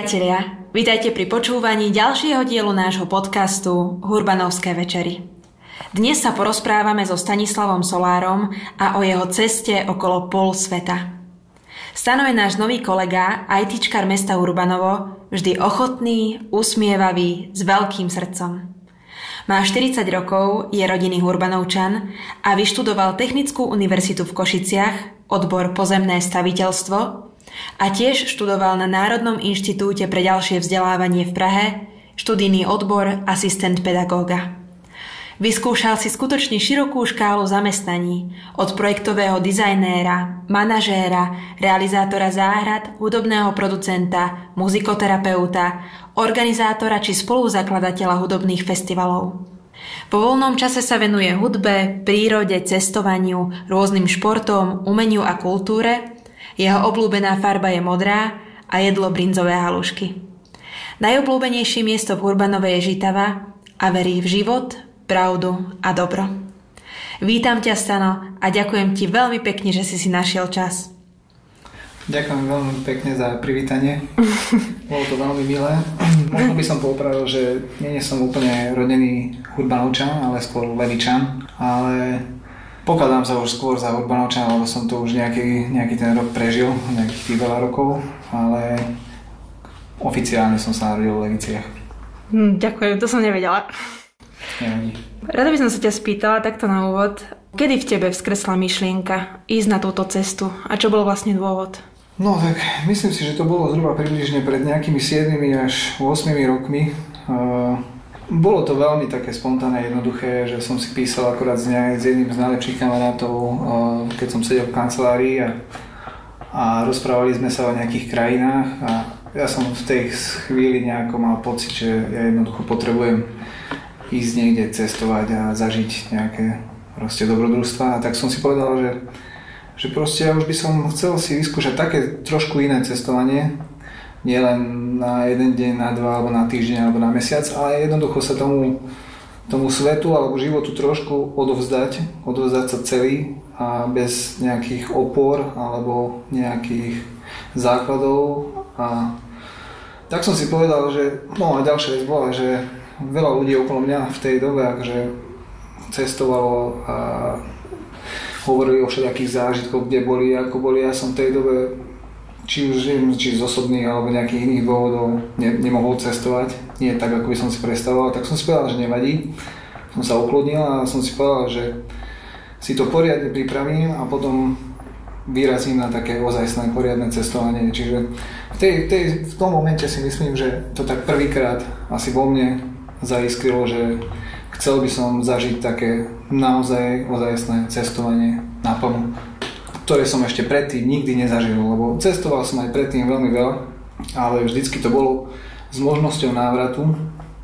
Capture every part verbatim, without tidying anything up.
priatelia, vítajte pri počúvaní ďalšieho dielu nášho podcastu Hurbanovské večery. Dnes sa porozprávame so Stanislavom Solárom a o jeho ceste okolo pol sveta. Stano je náš nový kolega, ITčkar mesta Urbanovo, vždy ochotný, usmievavý, s veľkým srdcom. Má štyridsať rokov, je rodinný Urbanovčan a vyštudoval Technickú univerzitu v Košiciach, odbor pozemné staviteľstvo, a tiež študoval na Národnom inštitúte pre ďalšie vzdelávanie v Prahe študijný odbor asistent pedagóga. Vyskúšal si skutočne širokú škálu zamestnaní, od projektového dizajnéra, manažéra, realizátora záhrad, hudobného producenta, muzikoterapeuta, organizátora či spoluzakladateľa hudobných festivalov. Po voľnom čase sa venuje hudbe, prírode, cestovaniu, rôznym športom, umeniu a kultúre. Jeho obľúbená farba je modrá a jedlo brinzové halušky. Najobľúbenejšie miesto v Urbanove je Žitava a verí v život, pravdu a dobro. Vítam ťa, Stano, a ďakujem ti veľmi pekne, že si si našiel čas. Ďakujem veľmi pekne za privítanie. Bolo to veľmi milé. Možno by som popravil, že nie som úplne rodený Urbanovčan, ale skôr Levičan, ale pokladám sa už skôr za Urbanovčana, lebo som to už nejaký, nejaký ten rok prežil, nejakých tých veľa rokov, ale oficiálne som sa narodil v Leviciach. Hm, ďakujem, to som nevedela. Nevadí. Rada by som sa ťa spýtala takto na úvod, kedy v tebe vzkresla myšlienka ísť na túto cestu a čo bol vlastne dôvod? No tak myslím si, že to bolo zhruba približne pred nejakými siedmimi až ôsmimi rokmi. Uh, Bolo to veľmi také spontánne, jednoduché, že som si písal akorát s, ne, s jedným z najlepších kamarátov, keď som sedel v kancelárii a, a rozprávali sme sa o nejakých krajinách a ja som v tej chvíli nejako mal pocit, že ja jednoducho potrebujem ísť niekde cestovať a zažiť nejaké proste dobrodružstva, a tak som si povedal, že, že proste ja už by som chcel si vyskúšať také trošku iné cestovanie, nie len na jeden deň, na dva, alebo na týždeň, alebo na mesiac, ale jednoducho sa tomu, tomu svetu alebo životu trošku odovzdať, odovzdať sa celý a bez nejakých opor alebo nejakých základov. A tak som si povedal, že no a ďalšia vec bola, že veľa ľudí okolo mňa v tej dobe akože cestovalo a hovorili o všetkých zážitkoch, kde boli, ako boli. Ja som v tej dobe či už či z osobných alebo nejakých iných dôvodov ne, nemohol cestovať, nie tak, ako by som si predstavoval, tak som si povedal, že nevadí. Som sa ukludnil a som si povedal, že si to poriadne pripravím a potom vyrazím na také ozajstné poriadne cestovanie. Čiže v, tej, tej, v tom momente si myslím, že to tak prvýkrát asi vo mne zaiskrilo, že chcel by som zažiť také naozaj ozajstné cestovanie naplno, ktoré som ešte predtým nikdy nezažil, lebo cestoval som aj predtým veľmi veľa, ale vždycky to bolo s možnosťou návratu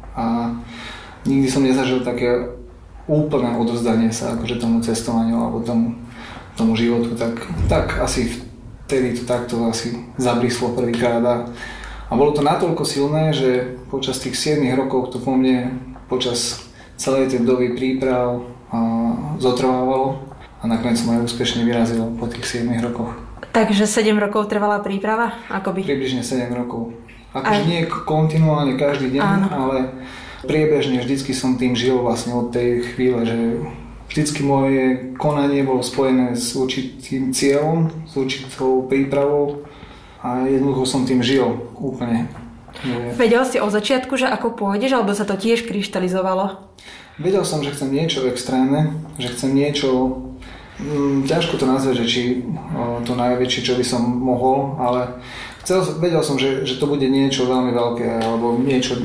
a nikdy som nezažil také úplné odovzdanie sa akože tomu cestovaniu alebo tomu, tomu životu, tak, tak asi vtedy to takto asi zabríslo prvýkrát a, a bolo to natoľko silné, že počas tých siedmich rokov to po mne počas celej tej doby príprav a, zotrvávalo. A nakoniec som aj úspešne vyrazil po tých siedmich rokoch. Takže sedem rokov trvala príprava? Akoby? Približne sedem rokov. Akože nie kontinuálne každý deň, áno, ale priebežne vždycky som tým žil vlastne od tej chvíle, že vždycky moje konanie bolo spojené s určitým cieľom, s určitou prípravou a jednoducho som tým žil úplne. Vedel si o začiatku, že ako pôjdeš, alebo sa to tiež kryštalizovalo? Vedel som, že chcem niečo extrémne, že chcem niečo, hm, ťažko to nazvať, že či o, to najväčšie, čo by som mohol, ale chcel, vedel som, že, že to bude niečo veľmi veľké, alebo niečo,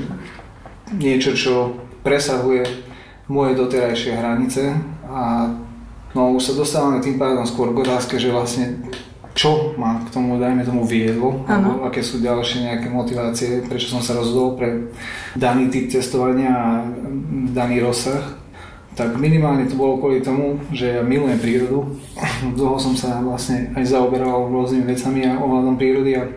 niečo, čo presahuje moje doterajšie hranice a no, už sa dostávame tým pádom skôr k otázke, že vlastne čo ma k tomu, dajme tomu, viedlo, alebo aké sú ďalšie nejaké motivácie, prečo som sa rozhodol pre daný typ cestovania a daný rozsah. Tak minimálne to bolo kvôli tomu, že ja milujem prírodu. Dlho som sa vlastne aj zaoberal rôznymi vecami a ohľadom prírody a,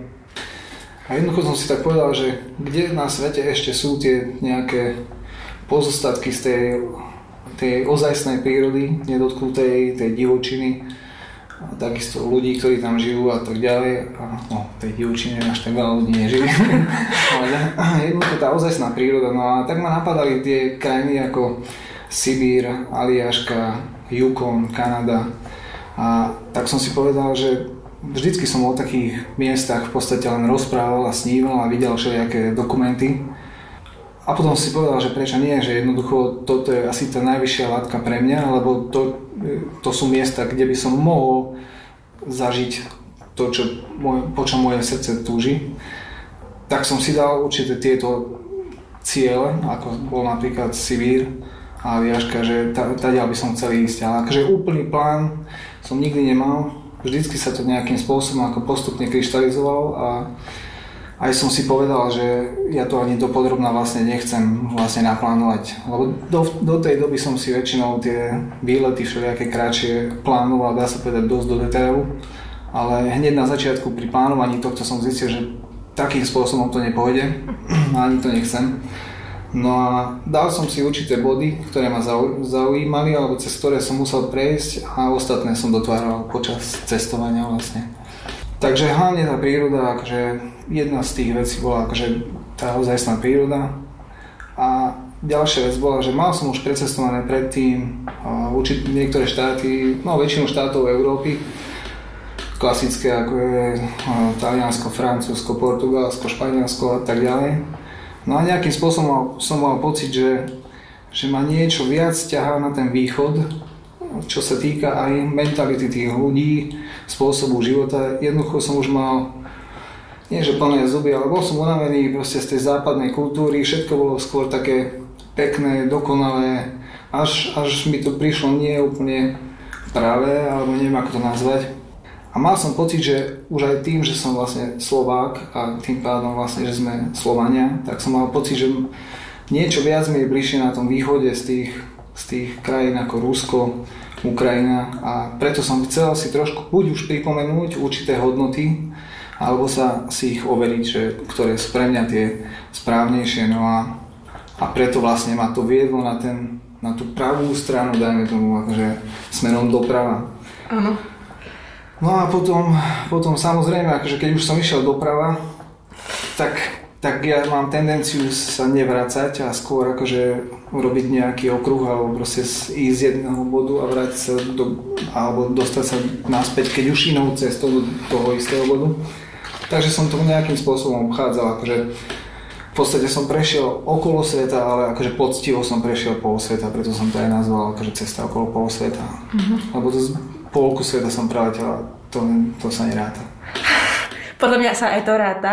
a jednoducho som si tak povedal, že kde na svete ešte sú tie nejaké pozostatky z tej, tej ozajstnej prírody, nedotknutej, tej divočiny, a takisto ľudí, ktorí tam žijú a tak ďalej. A, no, tej dievčine až tak veľa ľudí nežije. Ale jednoducho tá ozajstná príroda. No a tak ma napadali tie krajiny ako Sibír, Aliaška, Yukon, Kanada. A tak som si povedal, že vždycky som o takých miestach v podstate len rozprával a sníval a videl všelijaké dokumenty. A potom si povedal, že prečo nie, že jednoducho toto je asi tá najvyššia látka pre mňa, lebo to, to sú miesta, kde by som mohol zažiť to, čo, po čom moje srdce túži. Tak som si dal určite tieto ciele, ako bol napríklad Sibír a Aliaška, že tadiaľ by som chcel ísť. Ale akože úplný plán som nikdy nemal, vždycky sa to nejakým spôsobom ako postupne kryštalizoval a aj som si povedal, že ja to ani dopodrobná vlastne nechcem vlastne naplánovať, lebo do, do tej doby som si väčšinou tie výlety všelijaké kratšie plánoval, dá sa povedať dosť do detailu, ale hneď na začiatku pri plánovaní tohto som zistil, že takým spôsobom to nepôjde a ani to nechcem. No a dal som si určité body, ktoré ma zaujímali, alebo cez ktoré som musel prejsť a ostatné som dotváral počas cestovania vlastne. Takže hlavne tá príroda, akože jedna z tých vecí bola akože tá ozajstná príroda. A ďalšia vec bola, že mal som už precestované predtým určite niektoré štáty, no väčšinu štátov Európy, klasické ako je Taliansko, Francúzsko, Portugalsko, Španielsko a tak ďalej. No a nejakým spôsobom mal, som mal pocit, že, že ma niečo viac ťahá na ten východ, čo sa týka aj mentality tých ľudí, spôsobu života. Jednoducho som už mal, nie že plné zuby, ale bol som unavený proste z tej západnej kultúry, všetko bolo skôr také pekné, dokonalé, až, až mi to prišlo nie úplne práve, alebo neviem ako to nazvať. A mal som pocit, že už aj tým, že som vlastne Slovák a tým pádom vlastne, že sme Slovania, tak som mal pocit, že niečo viac mi je bližšie na tom východe z tých, z tých krajín ako Rusko, Ukrajina, a preto som chcel si trošku buď už pripomenúť určité hodnoty, alebo sa si ich overiť, že, ktoré sú pre mňa tie správnejšie. No a, a preto vlastne ma to viedlo na, ten, na tú pravú stranu, dajme tomu, akože smerom doprava. Áno. No a potom, potom samozrejme, akože keď už som išiel doprava, tak, tak ja mám tendenciu sa nevracať a skôr akože urobiť nejaký okruh alebo proste ísť z jedného bodu a vrátiť sa do, alebo dostať sa naspäť, keď už inou cestou do toho istého bodu. Takže som to nejakým spôsobom obchádzal, akože v podstate som prešiel okolo sveta, ale akože poctivo som prešiel pol sveta, preto som to aj nazval akože cesta okolo pol sveta. Mm-hmm. Lebo to z polku sveta som preletela, to, to sa neráta. Podľa mňa sa aj to ráta,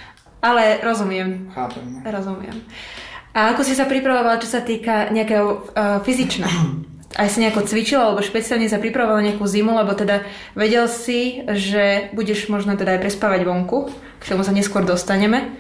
ale rozumiem. Chápem. Rozumiem. A ako si sa pripravovala, čo sa týka nejakého uh, fyzična? Aj si nejako cvičila, alebo špeciálne sa pripravovala nejakú zimu, lebo teda vedel si, že budeš možno teda aj prespávať vonku, k tomu sa neskôr dostaneme.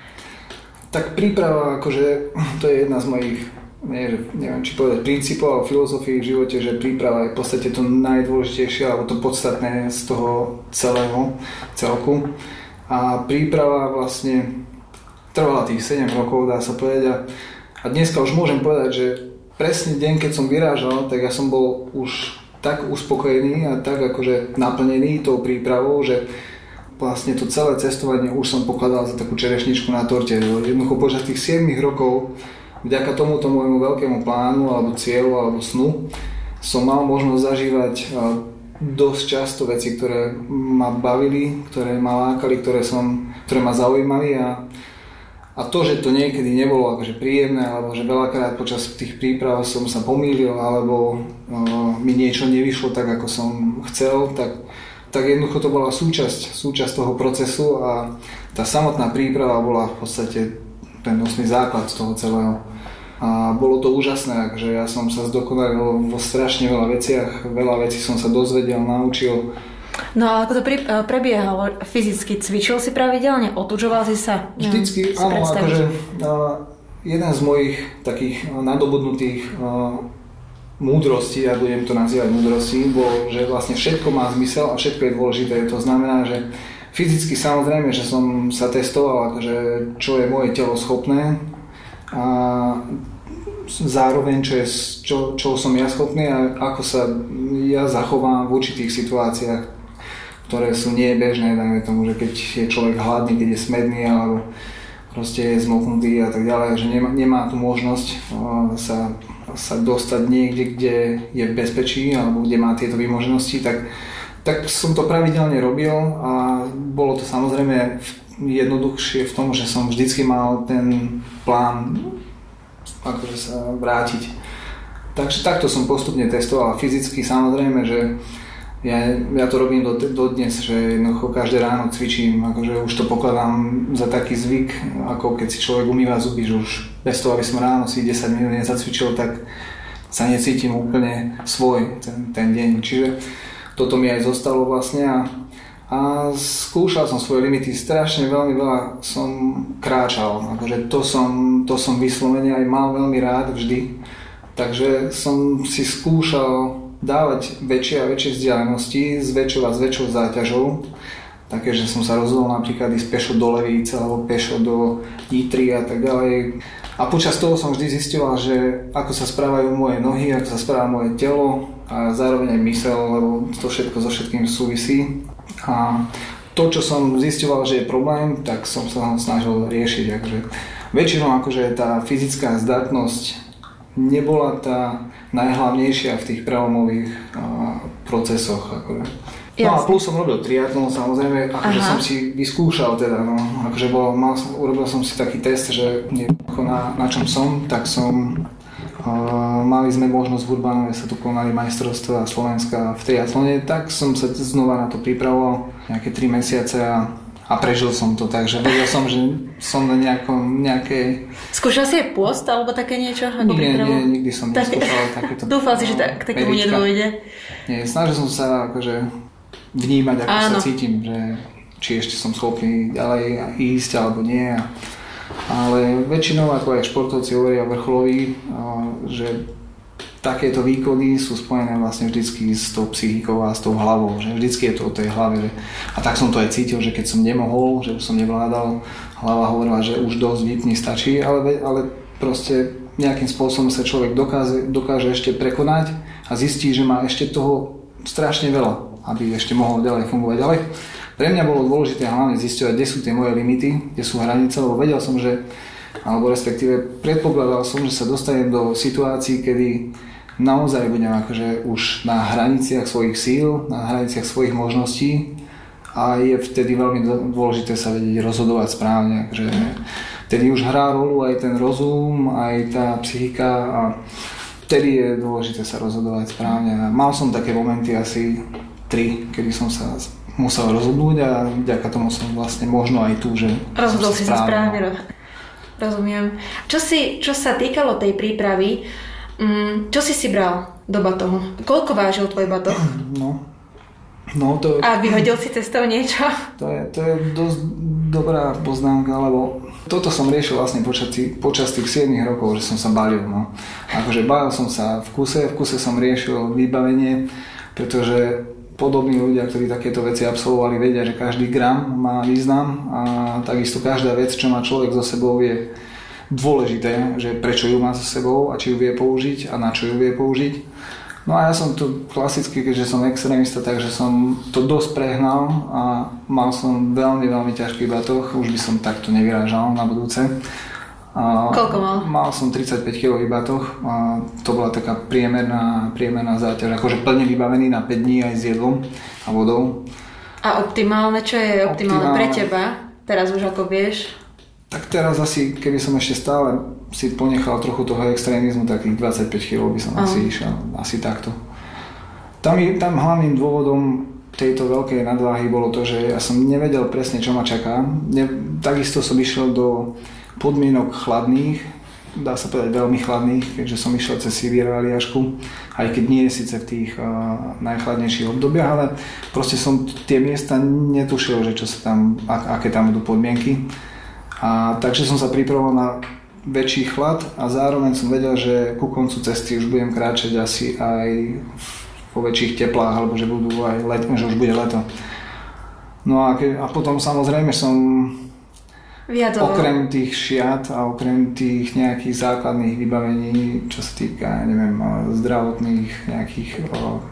Tak príprava, akože to je jedna z mojich, nie, neviem či povedať, princípov a filozofii v živote, že príprava je v podstate to najdôležitejšie, alebo to podstatné z toho celého celku. A príprava vlastne trvala tých sedem rokov, dá sa povedať. A, a dneska už môžem povedať, že presne deň, keď som vyrážal, tak ja som bol už tak uspokojený a tak akože naplnený tou prípravou, že vlastne to celé cestovanie už som pokladal za takú čerešničku na torte. Jednoducho počas tých siedmich rokov, vďaka tomuto môjmu veľkému plánu, alebo cieľu, alebo snu, som mal možnosť zažívať dosť často veci, ktoré ma bavili, ktoré ma lákali, ktoré, som, ktoré ma zaujímali a, a to, že to niekedy nebolo akože príjemné, alebo že veľakrát počas tých príprav som sa pomýlil, alebo uh, mi niečo nevyšlo tak, ako som chcel, tak, tak jednoducho to bola súčasť, súčasť toho procesu a tá samotná príprava bola v podstate ten nosný základ z toho celého. A bolo to úžasné, že ja som sa zdokonalil vo strašne veľa veciach, veľa vecí som sa dozvedel, naučil. No a ako to pri, prebiehalo fyzicky? Cvičil si pravidelne? Otužoval si sa? Vždycky, neviem, áno, akože uh, jeden z mojich takých uh, nadobudnutých uh, múdrostí, ja budem to nazývať múdrostí, bol, že vlastne všetko má zmysel a všetko je dôležité. To znamená, že fyzicky samozrejme, že som sa testoval, akože čo je moje telo schopné. A zároveň, čo, je, čo, čo som ja schopný a ako sa ja zachovám v určitých situáciách, ktoré sú nebežné, dajme tomu, že keď je človek hladný, keď je smedný alebo proste je zmoknutý a tak ďalej, že nemá, nemá tú možnosť sa, sa dostať niekde, kde je v bezpečí alebo kde má tieto výmožnosti, tak, tak som to pravidelne robil a bolo to samozrejme jednoduchšie v tom, že som vždycky mal ten plán akože sa vrátiť. Takže takto som postupne testoval. Fyzicky samozrejme, že ja, ja to robím do, do dnes, že jednoducho každé ráno cvičím, akože už to pokladám za taký zvyk, ako keď si človek umýva zuby, že už bez toho, aby som ráno si desať minút nezacvičil, tak sa necítim úplne svoj ten, ten deň. Čiže toto mi aj zostalo vlastne a A skúšal som svoje limity, strašne veľmi veľa som kráčal, akože to som, to som vyslovene aj mal veľmi rád vždy, takže som si skúšal dávať väčšie a väčšie vzdialenosti s väčšou a s väčšou záťažou, také, že som sa rozhodol napríklad ísť pešo do Levíc alebo pešo do Nitry a tak ďalej. A počas toho som vždy zisťoval, že ako sa správajú moje nohy, ako sa správa moje telo a zároveň aj myseľ, lebo to všetko so všetkým súvisí. A to, čo som zisťoval, že je problém, tak som sa ho snažil riešiť. Akože väčšinou akože tá fyzická zdatnosť nebola tá najhlavnejšia v tých prelomových uh, procesoch. Akože. No a plus som robil triatlon, samozrejme, akože som si vyskúšal teda, no, akože bol, mal, urobil som si taký test, že na, na čom som, tak som Uh, mali sme možnosť v Urbanove, sa tu konali majstrovstvá Slovenska v triatlone, tak som sa znova na to pripravoval nejaké tri mesiace a, a prežil som to, takže vedel som, že som na nejakom, nejakej... Skúšal si aj pôst alebo také niečo? No, nie, nie, nikdy som tak... neskúšal takéto. Dúfal si, že tak, k takému nedôjde? Nie, snažil som sa akože vnímať, ako Áno. sa cítim, že či ešte som schopný ďalej ísť alebo nie. Ale väčšinou, ako aj športovci hovoria vrcholoví, že takéto výkony sú spojené vlastne vždycky s tou psychikou a s tou hlavou, že vždycky je to o tej hlave. Že... A tak som to aj cítil, že keď som nemohol, že už som nevládal, hlava hovorila, že už dosť vypni, stačí, ale, ale proste nejakým spôsobom sa človek dokáže, dokáže ešte prekonať a zistí, že má ešte toho strašne veľa, aby ešte mohol ďalej fungovať ďalej. Pre mňa bolo dôležité hlavne zisťovať, kde sú tie moje limity, kde sú hranice, lebo vedel som, že, alebo respektíve predpokladal som, že sa dostanem do situácií, kedy naozaj budem akože už na hraniciach svojich síl, na hraniciach svojich možností a je vtedy veľmi dôležité sa vedieť rozhodovať správne. Akože vtedy už hrá rolu aj ten rozum, aj tá psychika a vtedy je dôležité sa rozhodovať správne. Mal som také momenty asi tri, kedy som sa musel rozhodnúť a vďaka tomu som vlastne možno aj tu, že rozhodol si sa správne. Rozumiem. Čo, si, čo sa týkalo tej prípravy, čo si si bral do batohu? Koľko vážil tvoj batoh? No, no to... A vyhodil si cestou niečo? To je, to je dosť dobrá poznámka, lebo toto som riešil vlastne počas tých, počas tých siedmich rokov, že som sa balil. No. Akože balil som sa v kuse, v kuse som riešil vybavenie, pretože podobní ľudia, ktorí takéto veci absolvovali, vedia, že každý gram má význam a takisto každá vec, čo má človek so sebou, je dôležité, že prečo ju má so sebou a či ju vie použiť a na čo ju vie použiť. No a ja som to klasicky, keďže som extrémista, takže som to dosť prehnal a mal som veľmi, veľmi ťažký batoh, už by som takto nevyrážal na budúce. A koľko mal? Mal som tridsaťpäť kilový batoh a to bola taká priemerná, priemerná záťaž, akože plne vybavený na päť dní aj s jedlom a vodou. A optimálne, čo je optimálne, optimálne pre teba? Teraz už ako vieš? Tak teraz asi, keby som ešte stále si ponechal trochu toho extrémizmu, takých dvadsaťpäť kilogramov by som uh-huh. asi išiel, asi takto. Tam, tam hlavným dôvodom tejto veľkej nadváhy bolo to, že ja som nevedel presne, čo ma čaká. Ne, takisto som išiel do podmienok chladných, dá sa povedať veľmi chladných, keďže som išiel cez Sibír a Aliašku, aj keď nie je síce v tých uh, najchladnejších obdobiach, ale proste som tie miesta netušil, že čo sa tam, ak, aké tam budú podmienky. A takže som sa pripravoval na väčší chlad a zároveň som vedel, že ku koncu cesty už budem kráčať asi aj vo väčších teplách, alebo že, budú aj let, že už bude leto. No a, ke, a potom samozrejme som Viadovo. Okrem tých šiat a okrem tých nejakých základných vybavení, čo sa týka, neviem, zdravotných nejakých o,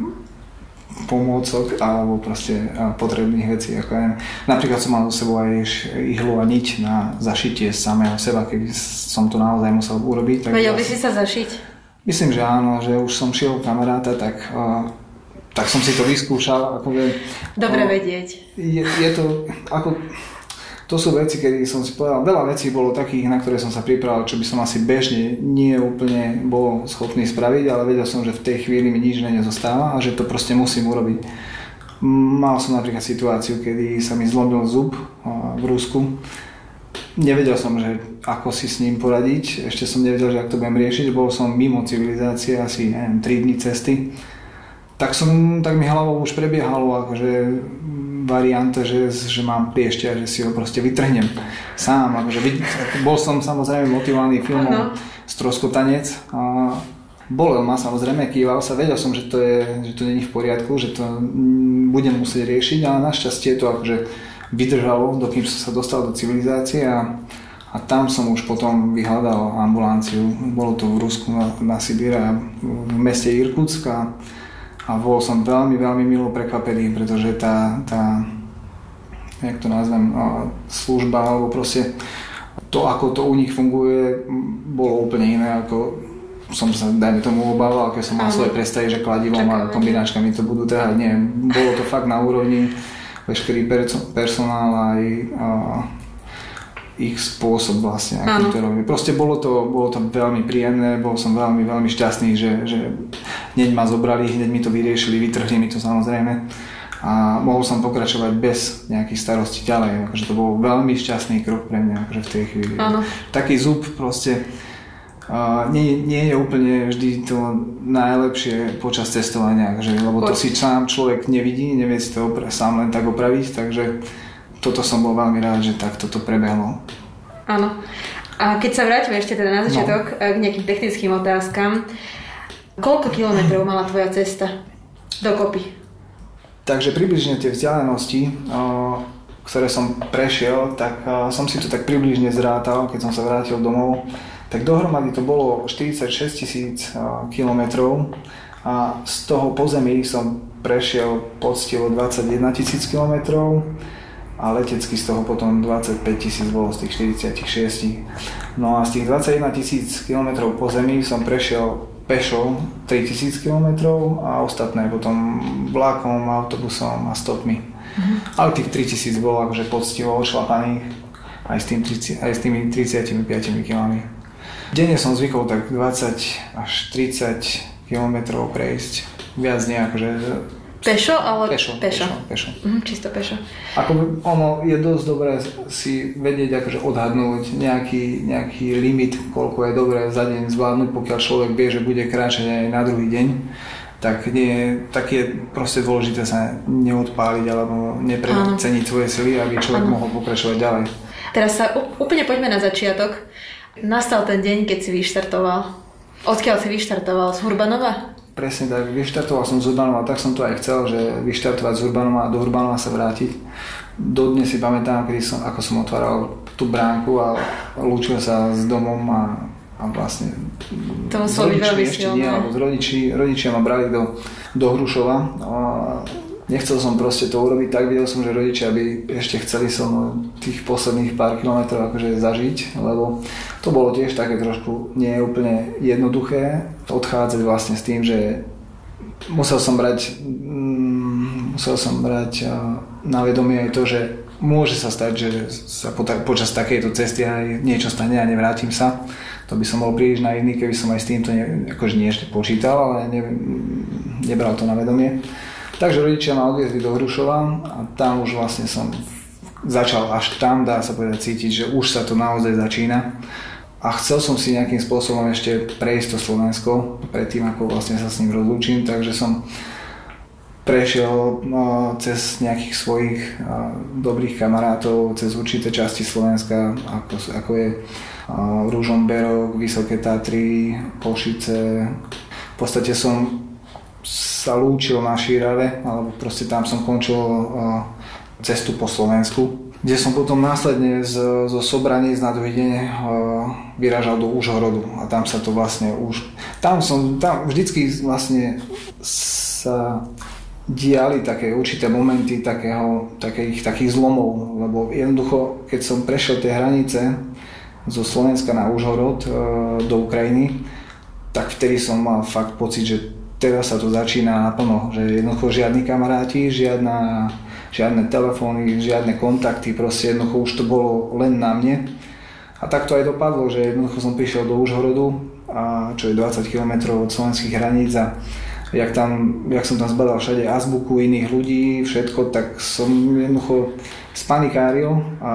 pomôcok alebo proste potrebných vecí. Ako neviem. Napríklad som mal so sebou aj ihlu a niť na zašitie samého seba, keby som to naozaj musel urobiť. Tak Vedel by si sa zašiť? Myslím, že áno, že už som šiel kamaráta, tak... O, tak som si to vyskúšal. Akože, Dobre o, vedieť. Je, je to ako... To sú veci, kedy som si povedal, veľa vecí bolo takých, na ktoré som sa pripravil, čo by som asi bežne nie úplne bol schopný spraviť, ale vedel som, že v tej chvíli mi nič nezostáva a že to proste musím urobiť. Mal som napríklad situáciu, kedy sa mi zlomil zub v Rusku. Nevedel som, že ako si s ním poradiť, ešte som nevedel, že ak to budem riešiť, bol som mimo civilizácie, asi neviem, tri dni cesty. Tak, som, tak mi hlavou už prebiehalo akože varianta, že, že mám priešťa, že si ho proste vytrhnem sám. Akože, bol som samozrejme motivovaný filmom Stroskotanec a bolel ma samozrejme, kýval sa, vedel som, že to, je, že to nie je v poriadku, že to budem musieť riešiť, ale našťastie to akože vydržalo, dokým som sa dostal do civilizácie a, a tam som už potom vyhľadal ambulanciu. Bolo to v Rusku na, na Sibíre, v meste Irkutsk a A bol som veľmi, veľmi milo prekvapený, pretože tá, tá jak to nazvem, služba, alebo proste to, ako to u nich funguje, bolo úplne iné, ako som sa, dajme tomu, obával, keď som mal svoje predstavy, že kladivom a kombináčkami to budú trhať. Nie, bolo to fakt na úrovni, veškerý personál aj a, ich spôsob vlastne, aký to robí. Proste bolo to, bolo to veľmi príjemné, bol som veľmi, veľmi šťastný, že, že hneď ma zobrali, hneď mi to vyriešili, vytrhli mi to samozrejme a mohol som pokračovať bez nejakých starostí ďalej. Akože to bol veľmi šťastný krok pre mňa akože v tej chvíli. Áno. Taký zub proste uh, nie, nie je úplne vždy to najlepšie počas cestovania, akože, lebo to si sám človek nevidí, nevie si to opra- sám len tak opraviť, takže toto som bol veľmi rád, že takto to prebehlo. Áno. A keď sa vrátime ešte teda na začiatok no. k nejakým technickým otázkam, koľko kilometrov mala tvoja cesta dokopy? Takže približne tie vzdialenosti, ktoré som prešiel, tak som si to tak približne zrátal, keď som sa vrátil domov. Tak dohromady to bolo štyridsaťšesť tisíc kilometrov a z toho pozemí som prešiel poctivo dvadsaťjeden tisíc kilometrov. A letecky z toho potom dvadsaťpäť tisíc bolo z tých štyridsaťšesť. No a z tých dvadsaťjeden tisíc kilometrov po zemi som prešiel pešo tri tisíc kilometrov a ostatné potom vlakom, autobusom a stopmi. Mm-hmm. Ale tých tri tisíc bolo akože poctivo ošlapaných aj s, tým, aj s tými tridsaťpäť kilami. Denne som zvykol tak dvadsať až tridsať kilometrov prejsť. Viac nie akože... Pešo, ale pešo? Pešo, pešo. pešo. Mm, čisto pešo. Ako ono je dosť dobré si vedieť akože odhadnúť nejaký, nejaký limit, koľko je dobré za deň zvládnuť, pokiaľ človek vie, že bude kráčať aj na druhý deň. Tak, nie, tak je proste dôležité sa neodpáliť alebo nepreceniť svoje sily, aby človek ano. mohol pokračovať ďalej. Teraz sa úplne poďme na začiatok. Nastal ten deň, keď si vyštartoval. Odkiaľ si vyštartoval? Z Hurbanova? Presne tak, vyštartoval som z Hurbanova, tak som to aj chcel, že vyštartovať z Hurbanova a do Hurbanova sa vrátiť. Dodnes si pamätám, kedy som, ako som otváral tú bránku a lúčil sa s domom a, a vlastne to s rodičmi ešte nie, alebo s rodiči, rodičia ma brali do, do Hrušova. A nechcel som proste to urobiť tak, videl som, že rodičia by ešte chceli som tých posledných pár kilometrov akože zažiť, lebo to bolo tiež také trošku nie úplne jednoduché odchádzať vlastne s tým, že musel som brať mm, musel som brať na vedomie aj to, že môže sa stať, že sa po, počas takejto cesty aj niečo stane a nevrátim sa. To by som bol príliš naivný, keby som aj s týmto ne, akože nie ešte počítal, ale ne, nebral to na vedomie. Takže rodičia ma odviezli do Hrušova a tam už vlastne som začal až tam, dá sa povedať, cítiť, že už sa to naozaj začína. A chcel som si nejakým spôsobom ešte prejsť to Slovensko, predtým ako vlastne sa s ním rozlúčim, takže som prešiel no, cez nejakých svojich uh, dobrých kamarátov, cez určité časti Slovenska, ako, ako je uh, Ružomberok, Vysoké Tatry, Košice. V podstate som sa lúčil na Šírave, alebo proste tam som končil uh, cestu po Slovensku. kde som potom následne z, zo Sobraníc na druhý deň uh, vyrážal do Užhorodu a tam sa to vlastne už... Tam som, tam vždycky vlastne sa diali také určité momenty takého, takých, takých zlomov, lebo jednoducho, keď som prešiel tie hranice zo Slovenska na Užhorod uh, do Ukrajiny, tak vtedy som mal fakt pocit, že teraz sa to začína naplno, že jednoducho žiadni kamaráti, žiadna, žiadne telefóny, žiadne kontakty, proste jednoducho už to bolo len na mne. A tak to aj dopadlo, že jednoducho som prišiel do Užhorodu, a čo je dvadsať kilometrov od slovenských hraníc a jak, tam, jak som tam zbadal všade azbuku iných ľudí, všetko, tak som jednoducho spanikáril a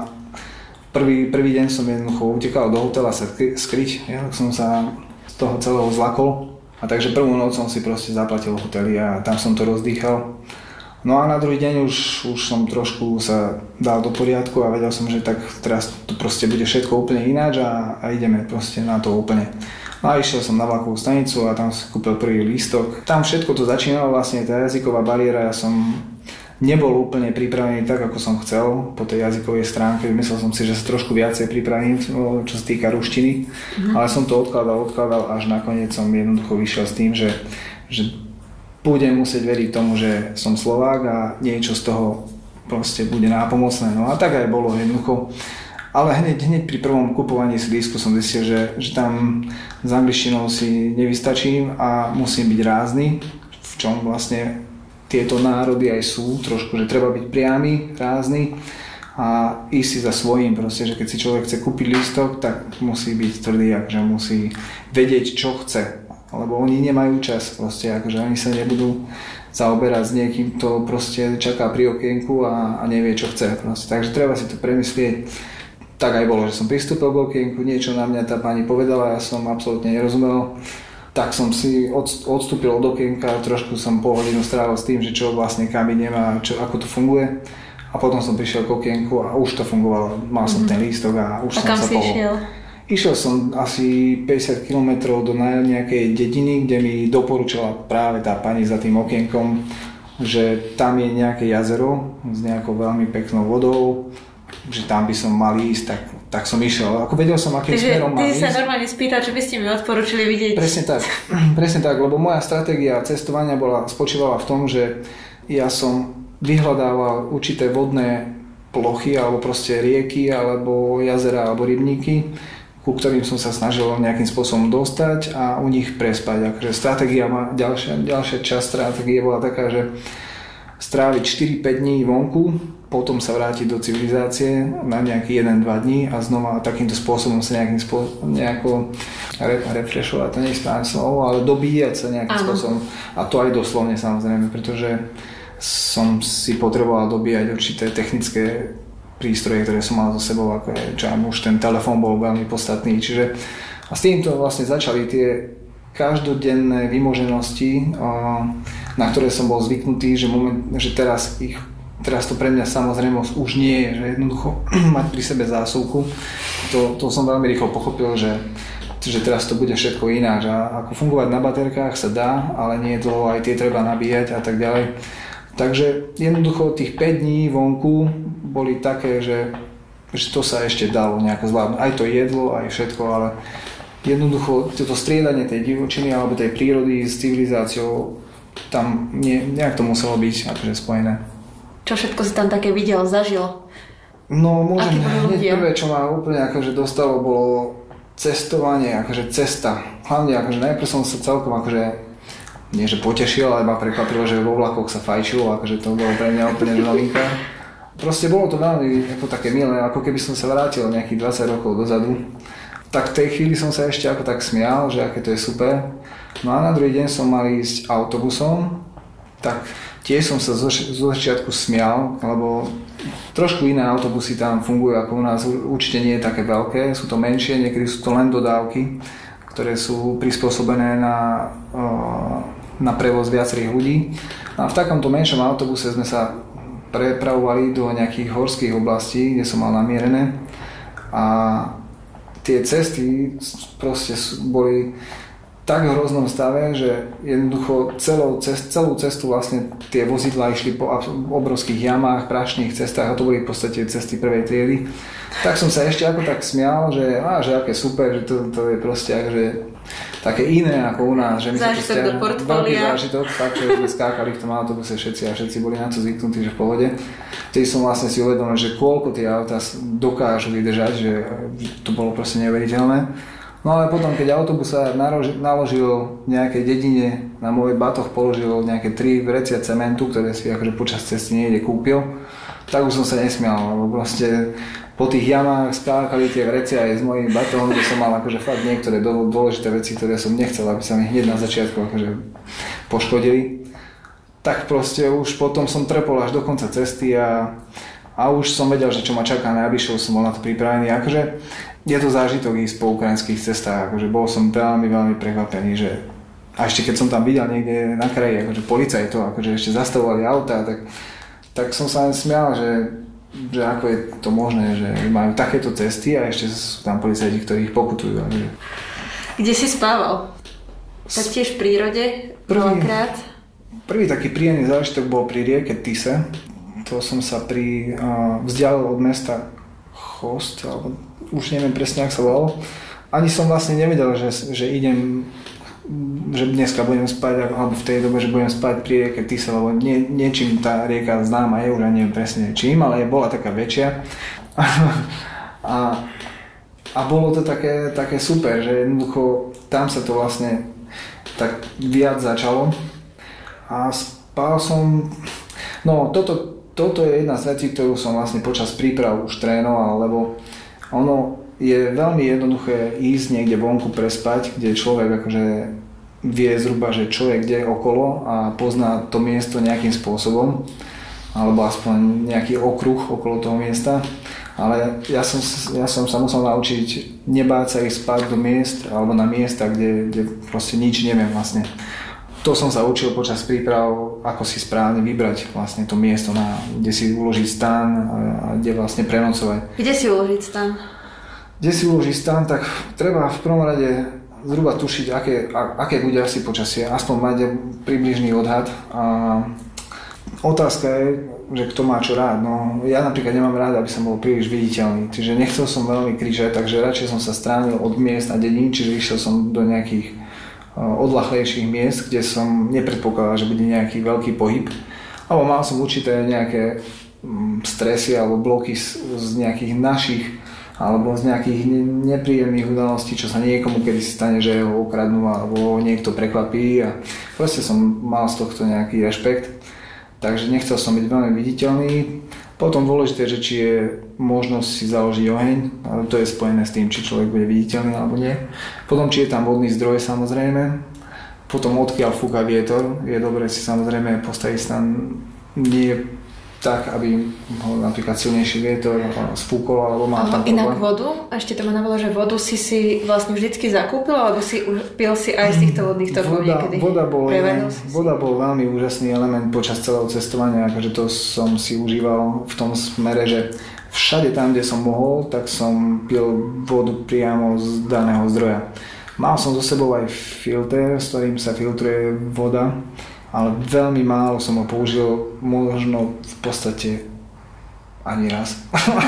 prvý, prvý deň som jednoducho utekal do hotela sa skryť, ja som sa z toho celého zlakol. A takže prvú noc som si proste zaplatil hotely a tam som to rozdýchal. No a na druhý deň už, už som trošku sa dal do poriadku a vedel som, že tak teraz to proste bude všetko úplne ináč a, a ideme proste na to úplne. No a išiel som na vlakovú stanicu a tam si kúpil prvý lístok. Tam všetko to začínalo, vlastne tá jazyková bariéra, ja som nebol úplne pripravený tak, ako som chcel po tej jazykovej stránke. Myslel som si, že sa trošku viacej pripravím, čo sa týka ruštiny, mm. ale som to odkladal, odkladal, až nakoniec som jednoducho vyšiel s tým, že, že budem musieť veriť tomu, že som Slovák a niečo z toho proste bude nápomocné. No a tak aj bolo jednoducho. Ale hneď, hneď pri prvom kupovaní si lístku som zistil, že, že tam s angličtinou si nevystačím a musím byť rázny, v čom vlastne tieto národy aj sú trošku, že treba byť priamy, rázny a ísť si za svojím proste, že keď si človek chce kúpiť lístok, tak musí byť tvrdý, akože musí vedieť, čo chce, lebo oni nemajú čas proste, akože oni sa nebudú zaoberať s niekým, to proste čaká pri okienku a, a nevie, čo chce proste, takže treba si to premyslieť. Tak aj bolo, že som pristúpil k okienku, niečo na mňa tá pani povedala, ja som absolútne nerozumel. Tak som si odstúpil od okienka, trošku som pol hodinu strávil s tým, že čo vlastne kam idem a čo, ako to funguje. A potom som prišiel k okienku a už to fungovalo. Mal som mm-hmm. ten lístok a už a som sa pohol. Išiel? Išiel som asi päťdesiat kilometrov do nejakej dediny, kde mi doporučila práve tá pani za tým okienkom, že tam je nejaké jazero s nejakou veľmi peknou vodou, že tam by som mal ísť, tak, tak som išiel. Ako vedel som, akým Takže smerom mám ísť. Ty sa normálne spýtal, čo by ste mi odporúčili vidieť. Presne tak, presne tak, lebo moja stratégia cestovania bola, spočívala v tom, že ja som vyhľadával určité vodné plochy, alebo proste rieky, alebo jazera, alebo rybníky, ku ktorým som sa snažil nejakým spôsobom dostať a u nich prespať. Akože stratégia, ďalšia, ďalšia časť stratégie bola taká, že stráviť štyri päť dní vonku, potom sa vrátiť do civilizácie na nejaký jeden dva dní a znova takýmto spôsobom sa nejakým spôsobom nejako re, refreshovať, to nie je správne slovo, ale dobíjať sa nejakým Áno. spôsobom. A to aj doslovne samozrejme, pretože som si potreboval dobíjať určité technické prístroje, ktoré som mal so sebou, ako je, čo už ten telefón bol veľmi podstatný. Čiže a s týmto vlastne začali tie každodenné vymoženosti, na ktoré som bol zvyknutý, že, moment, že teraz ich Teraz to pre mňa samozrejmosť už nie je, že jednoducho mať pri sebe zásuvku. To, to som veľmi rýchlo pochopil, že, že teraz to bude všetko ináč. A ako fungovať na baterkách sa dá, ale nie je dlho, aj tie treba nabíjať a tak ďalej. Takže jednoducho tých päť dní vonku boli také, že, že to sa ešte dalo nejako zvládnuť. Aj to jedlo, aj všetko, ale jednoducho toto striedanie tej divočiny alebo tej prírody s civilizáciou tam nie, nejak to muselo byť akože spojené. Čo všetko si tam také videl, zažil? No môžem, hneď prvé, čo ma úplne akože dostalo, bolo cestovanie, akože cesta. Hlavne akože najprv som sa celkom akože, nie že potešil, ale ma prekvapilo, že vo vlakoch sa fajčilo, akože to bolo pre mňa úplne novinka. Proste bolo to veľmi ako také milé, ako keby som sa vrátil nejakých dvadsať rokov dozadu. Tak v tej chvíli som sa ešte ako tak smial, že aké to je super. No a na druhý deň som mal ísť autobusom, tak tiež som sa zo, zo začiatku smial, lebo trošku iné autobusy tam fungujú ako u nás, určite nie je také veľké, sú to menšie, niekedy sú to len dodávky, ktoré sú prispôsobené na, na prevoz viacerých ľudí. A v takomto menšom autobuse sme sa prepravovali do nejakých horských oblastí, kde som mal namierené a tie cesty proste boli tak hroznom stave, že jednoducho celou cest, celú cestu vlastne tie vozidlá išli po obrovských jamách, prašných cestách a to boli v podstate cesty prvej triedy. Tak som sa ešte ako tak smial, že, á, že aké super, že to, to je proste akože také iné ako u nás. Že my zážitok do portfólia. Veľký zážitok, tak, že sme skákali v tom autobuse všetci a všetci boli na to zvyknutí, že v pohode. Vtedy som vlastne si uvedomil, že koľko tie autá dokážu vydržať, že to bolo proste neuveriteľné. No ale potom, keď autobusár naložil v nejakej dedine, na môj batoh položil nejaké tri vrecia cementu, ktoré si akože počas cesty niekde kúpil, tak už som sa nesmial, lebo proste po tých jamách skákali tie vrecia aj s mojím batohom, kde som mal akože fakt niektoré dôležité veci, ktoré som nechcel, aby sa mi hneď na začiatku akože poškodili. Tak proste už potom som trepol až do konca cesty a, a už som vedel, že čo ma čaká najbližšie, som bol na to pripravený. Akože je to zážitok ísť po ukrajinských cestách, akože bol som veľmi, veľmi prekvapený, že a ešte keď som tam videl niekde na kraji, akože policajtov, akože ešte zastavovali autá, tak, tak som sa len smial, že, že ako je to možné, že majú takéto cesty a ešte sú tam policajti, ktorí ich pokutujú. Akože. Kde si spával? Tak tiež v prírode? Prvýkrát? Prvý taký príjemný zážitok bol pri rieke Tise. To som sa pri, uh, vzdialil od mesta Chost, alebo už neviem presne, ak sa volalo. Ani som vlastne nevedel, že, že idem, že dneska budem spať, alebo v tej dobe, že budem spať pri rieke Tise, lebo nie, niečím tá rieka známa je, už ani neviem presne čím, ale bola taká väčšia. a, a bolo to také, také super, že jednoducho tam sa to vlastne tak viac začalo. A spal som, no toto, toto je jedna z vecí, ktorú som vlastne počas príprav už trénoval, lebo ono je veľmi jednoduché ísť niekde vonku prespať, kde človek akože vie zhruba, že čo je kde okolo a pozná to miesto nejakým spôsobom, alebo aspoň nejaký okruh okolo toho miesta. Ale ja som, ja som sa musel naučiť nebáť sa ísť spať do miest alebo na miesta, kde, kde proste nič neviem vlastne. To som sa učil počas príprav, ako si správne vybrať vlastne to miesto, na, kde si uložiť stan a kde vlastne prenocovať. Kde si uložiť stan? Kde si uložiť stan, tak treba v prvom rade zhruba tušiť, aké, aké bude asi počasie, aspoň mať približný odhad. A otázka je, že kto má čo rád. No, ja napríklad nemám rád, aby som bol príliš viditeľný, čiže nechcel som veľmi kričať, takže radšej som sa stránil od miest a dedín, čiže išiel som do nejakých odľahlejších miest, kde som nepredpokladal, že bude nejaký veľký pohyb. Alebo mal som určité nejaké stresy alebo bloky z, z nejakých našich alebo z nejakých nepríjemných udalostí, čo sa niekomu kedy stane, že ho ukradnú alebo niekto prekvapí a proste som mal z tohto nejaký rešpekt. Takže nechcel som byť veľmi viditeľný. Potom dôležité, že či je možnosť si založiť oheň, ale to je spojené s tým, či človek bude viditeľný alebo nie. Potom, či je tam vodný zdroj, samozrejme. Potom, odkiaľ fúka vietor, je dobré si samozrejme postaviť tam nie tak, aby ho napríklad silnejší vietor sfúkol alebo má tam problém. Inak vodu, ešte to ma napadlo, že vodu si si vlastne vždycky zakúpil, alebo si pil si aj z týchto vodných tokov niekedy? Voda bol, voda bol veľmi úžasný element počas celého cestovania, akože to som si užíval v tom smere, že všade tam, kde som mohol, tak som pil vodu priamo z daného zdroja. Mal som so sebou aj filter, s ktorým sa filtruje voda, ale veľmi málo som ho použil, možno v podstate ani raz.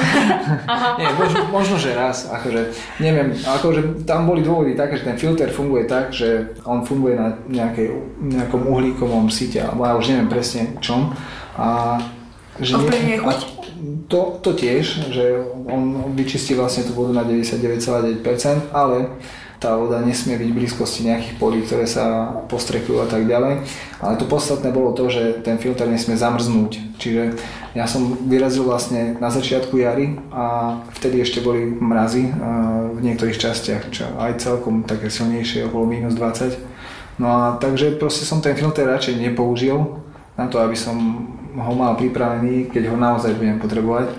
Nie, možno, možno, že raz, akože, neviem, akože tam boli dôvody také, že ten filter funguje tak, že on funguje na nejakej, nejakom uhlíkovom síte, alebo ja už neviem presne čom. A, že nie, a to, to tiež, že on vyčistí vlastne tú vodu na deväťdesiatdeväť celá deväť percent, ale tá voda nesmie byť v blízkosti nejakých polí, ktoré sa postrekujú a tak ďalej. Ale to podstatné bolo to, že ten filter nesmie zamrznúť. Čiže ja som vyrazil vlastne na začiatku jary a vtedy ešte boli mrazy v niektorých častiach, čo aj celkom také silnejšie, okolo mínus dvadsať. No a takže proste som ten filter radšej nepoužil na to, aby som ho mal pripravený, keď ho naozaj budem potrebovať.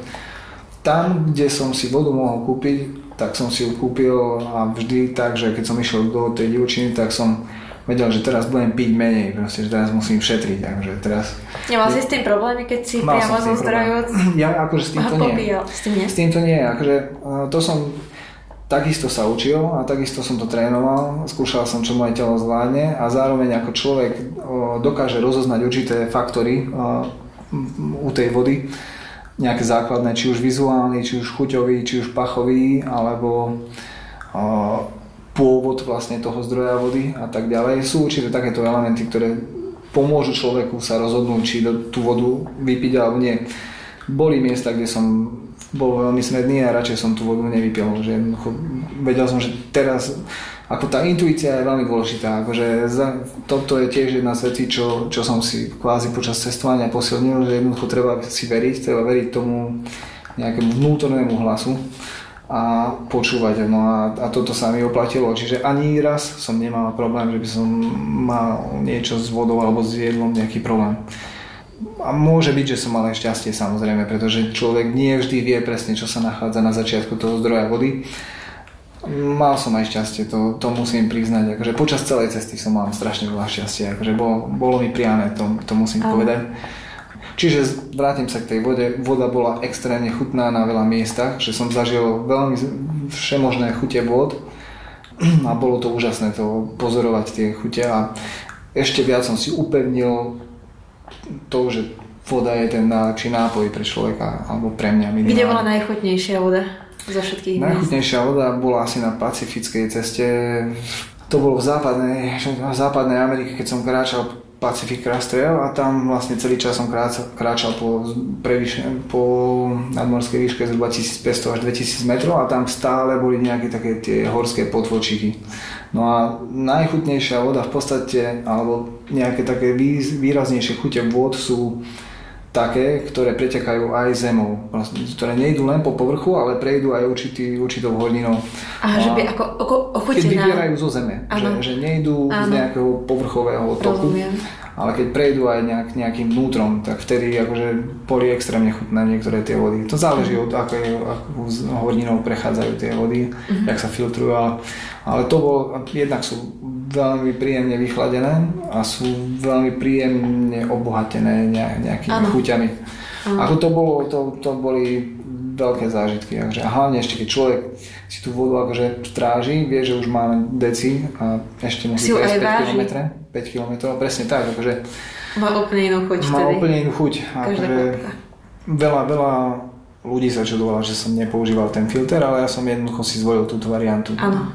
Tam, kde som si vodu mohol kúpiť, tak som si ju kúpil a vždy tak, že keď som išiel do tej divočiny, tak som vedel, že teraz budem piť menej, proste, že teraz musím šetriť. Takže teraz... Nemal si s tým problémy, keď si priamo zo zdrojov Ja akože s týmto nie. S tým nie? S týmto nie. Akože, to som takisto sa učil a takisto som to trénoval, skúšal som, čo moje telo zvládne a zároveň ako človek dokáže rozoznať určité faktory u tej vody, nejaké základné, či už vizuálny, či už chuťový, či už pachový, alebo pôvod vlastne toho zdroja vody a tak ďalej. Sú určite takéto elementy, ktoré pomôžu človeku sa rozhodnúť, či tú vodu vypiť alebo nie. Boli miesta, kde som bol veľmi smedný a radšej som tú vodu nevypil. Že vedel som, že teraz ako tá intuícia je veľmi dôležitá. Akože za, toto je tiež jedna z vecí, čo, čo som si kvázi počas cestovania posilnil, že jednoducho treba si veriť, treba veriť tomu nejakému vnútornému hlasu a počúvať. No a, a toto sa mi oplatilo. Čiže ani raz som nemal problém, že by som mal niečo s vodou alebo s jedlom, nejaký problém. A môže byť, že som mal aj šťastie samozrejme, pretože človek nie vždy vie presne, čo sa nachádza na začiatku toho zdroja vody. Mal som aj šťastie, to, to musím priznať. Akože počas celej cesty som mal strašne veľa šťastia. Akože bolo, bolo mi priané, to, to musím Aha. povedať. Čiže vrátim sa k tej vode. Voda bola extrémne chutná na veľa miestach, že som zažil veľmi všemožné chute vôd a bolo to úžasné to pozorovať tie chute a ešte viac som si upevnil to, že voda je ten najlepší nápoj pre človeka alebo pre mňa minimálne. Kde bola najchutnejšia voda zo všetkých miest? Najchutnejšia voda bola asi na Pacifickej ceste. To bolo v západnej, v západnej Amerike, keď som kráčal Pacific Crest Trail a tam vlastne celý čas som kráčal, kráčal po, prevyš, po nadmorskej výške zhruba tisícpäťsto až dvetisíc metrov a tam stále boli nejaké také tie horské potvočíky. No a najchutnejšia voda v podstate, alebo nejaké také výraznejšie chute vôd sú také, ktoré pretekajú aj zemou, ktoré nejdú len po povrchu, ale prejdú aj určitý, určitou horninou. Aha, že by ako ochutená. Keď vybierajú zo zeme, že, že nejdú z nejakého povrchového toku, Rozumiem. Ale keď prejdú aj nejak, nejakým vnútrom, tak vtedy akože boli extrémne chutné niektoré tie vody. To záleží od akého horninou prechádzajú tie vody, uh-huh. jak sa filtrujú, ale, ale to bolo, jednak sú veľmi príjemne vychladené a sú veľmi príjemne obohatené nejakými ano. chuťami. Ano. Ako to bolo, to, to boli veľké zážitky. Takže. A hlavne ešte keď človek si tú vodu akože stráži, vie, že už máme deci a ešte musí prejsť päť kilometrov. Presne tak. Akože má úplne inú chuť. Má vtedy. úplne inú chuť. Akože veľa, veľa ľudí sa čudovalo, že som nepoužíval ten filter, ale ja som jednoducho si zvolil túto variantu. Áno.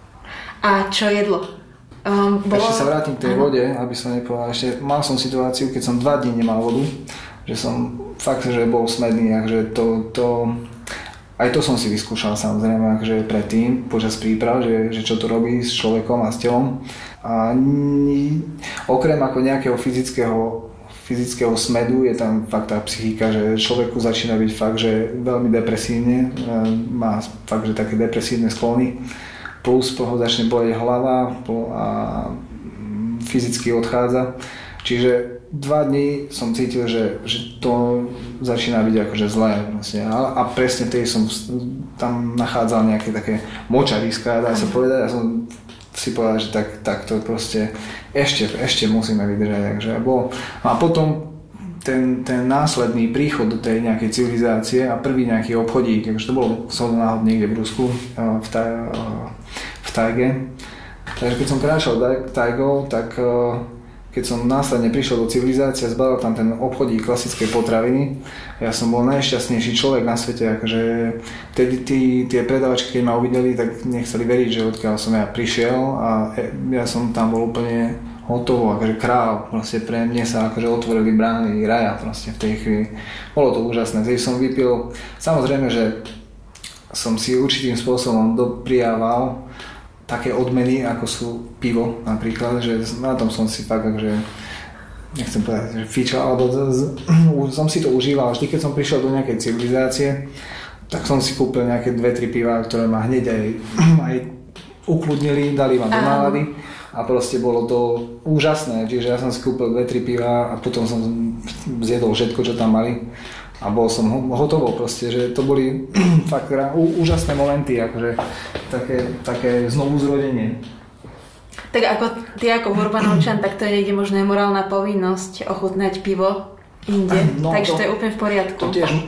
A čo jedlo? Um, bolo... Ešte sa vrátim k tej ano. vode, aby som nepovedal. Ešte mal som situáciu, keď som dva dní nemal vodu, že som fakt, že bol smedný, takže to, to aj to som si vyskúšal samozrejme akože predtým, počas príprav, že, že čo to robí s človekom a s telom. A ni, okrem ako nejakého fyzického, fyzického smedu je tam fakt tá psychika, že človeku začína byť fakt, že veľmi depresívne, má fakt, že také depresívne sklony. Plus ho začne boleť hlava a fyzicky odchádza. Čiže dva dní som cítil, že, že to začína byť akože zlé. Vlastne. A, a presne vtedy som tam nachádzal nejaké také močariská, dá sa povedať. Ja som si povedal, že tak, tak to proste ešte, ešte musíme vydržať. Takže bolo. A potom ten, ten následný príchod do tej nejakej civilizácie a prvý nejaký obchodík, takže to bolo som náhod niekde v Rusku, v, taj, v Tajge. Takže keď som kráčal Tajgou, tak keď som následne prišiel do civilizácie, zbadal tam ten obchodík klasickej potraviny. Ja som bol najšťastnejší človek na svete, akože vtedy tí, tie predavačky, keď ma uvideli, tak nechceli veriť, že odkiaľ som ja prišiel a ja som tam bol úplne hotovo, akože král, proste pre mne sa akože otvorili brány raja proste v tej chvíli. Bolo to úžasné, keď som vypil, samozrejme, že som si určitým spôsobom dopriával také odmeny, ako sú pivo napríklad, že na tom som si fakt, že nechcem povedať, že fičal, alebo z, z, som si to užíval. Vždy, keď som prišiel do nejakej civilizácie, tak som si kúpil nejaké dve tri pivá, ktoré ma hneď aj, aj ukludnili, dali ma do nálady a proste bolo to úžasné. Čiže ja som si kúpil dve tri pivá a potom som zjedol všetko, čo tam mali. A bol som hotovo proste, že to boli fakt ú, úžasné momenty, akože také, také znovu zrodenie. Tak ako ty ako Hurbanovčan, tak to je niekde možno morálna povinnosť ochutnať pivo inde, no, takže to, to je úplne v poriadku. To tiež,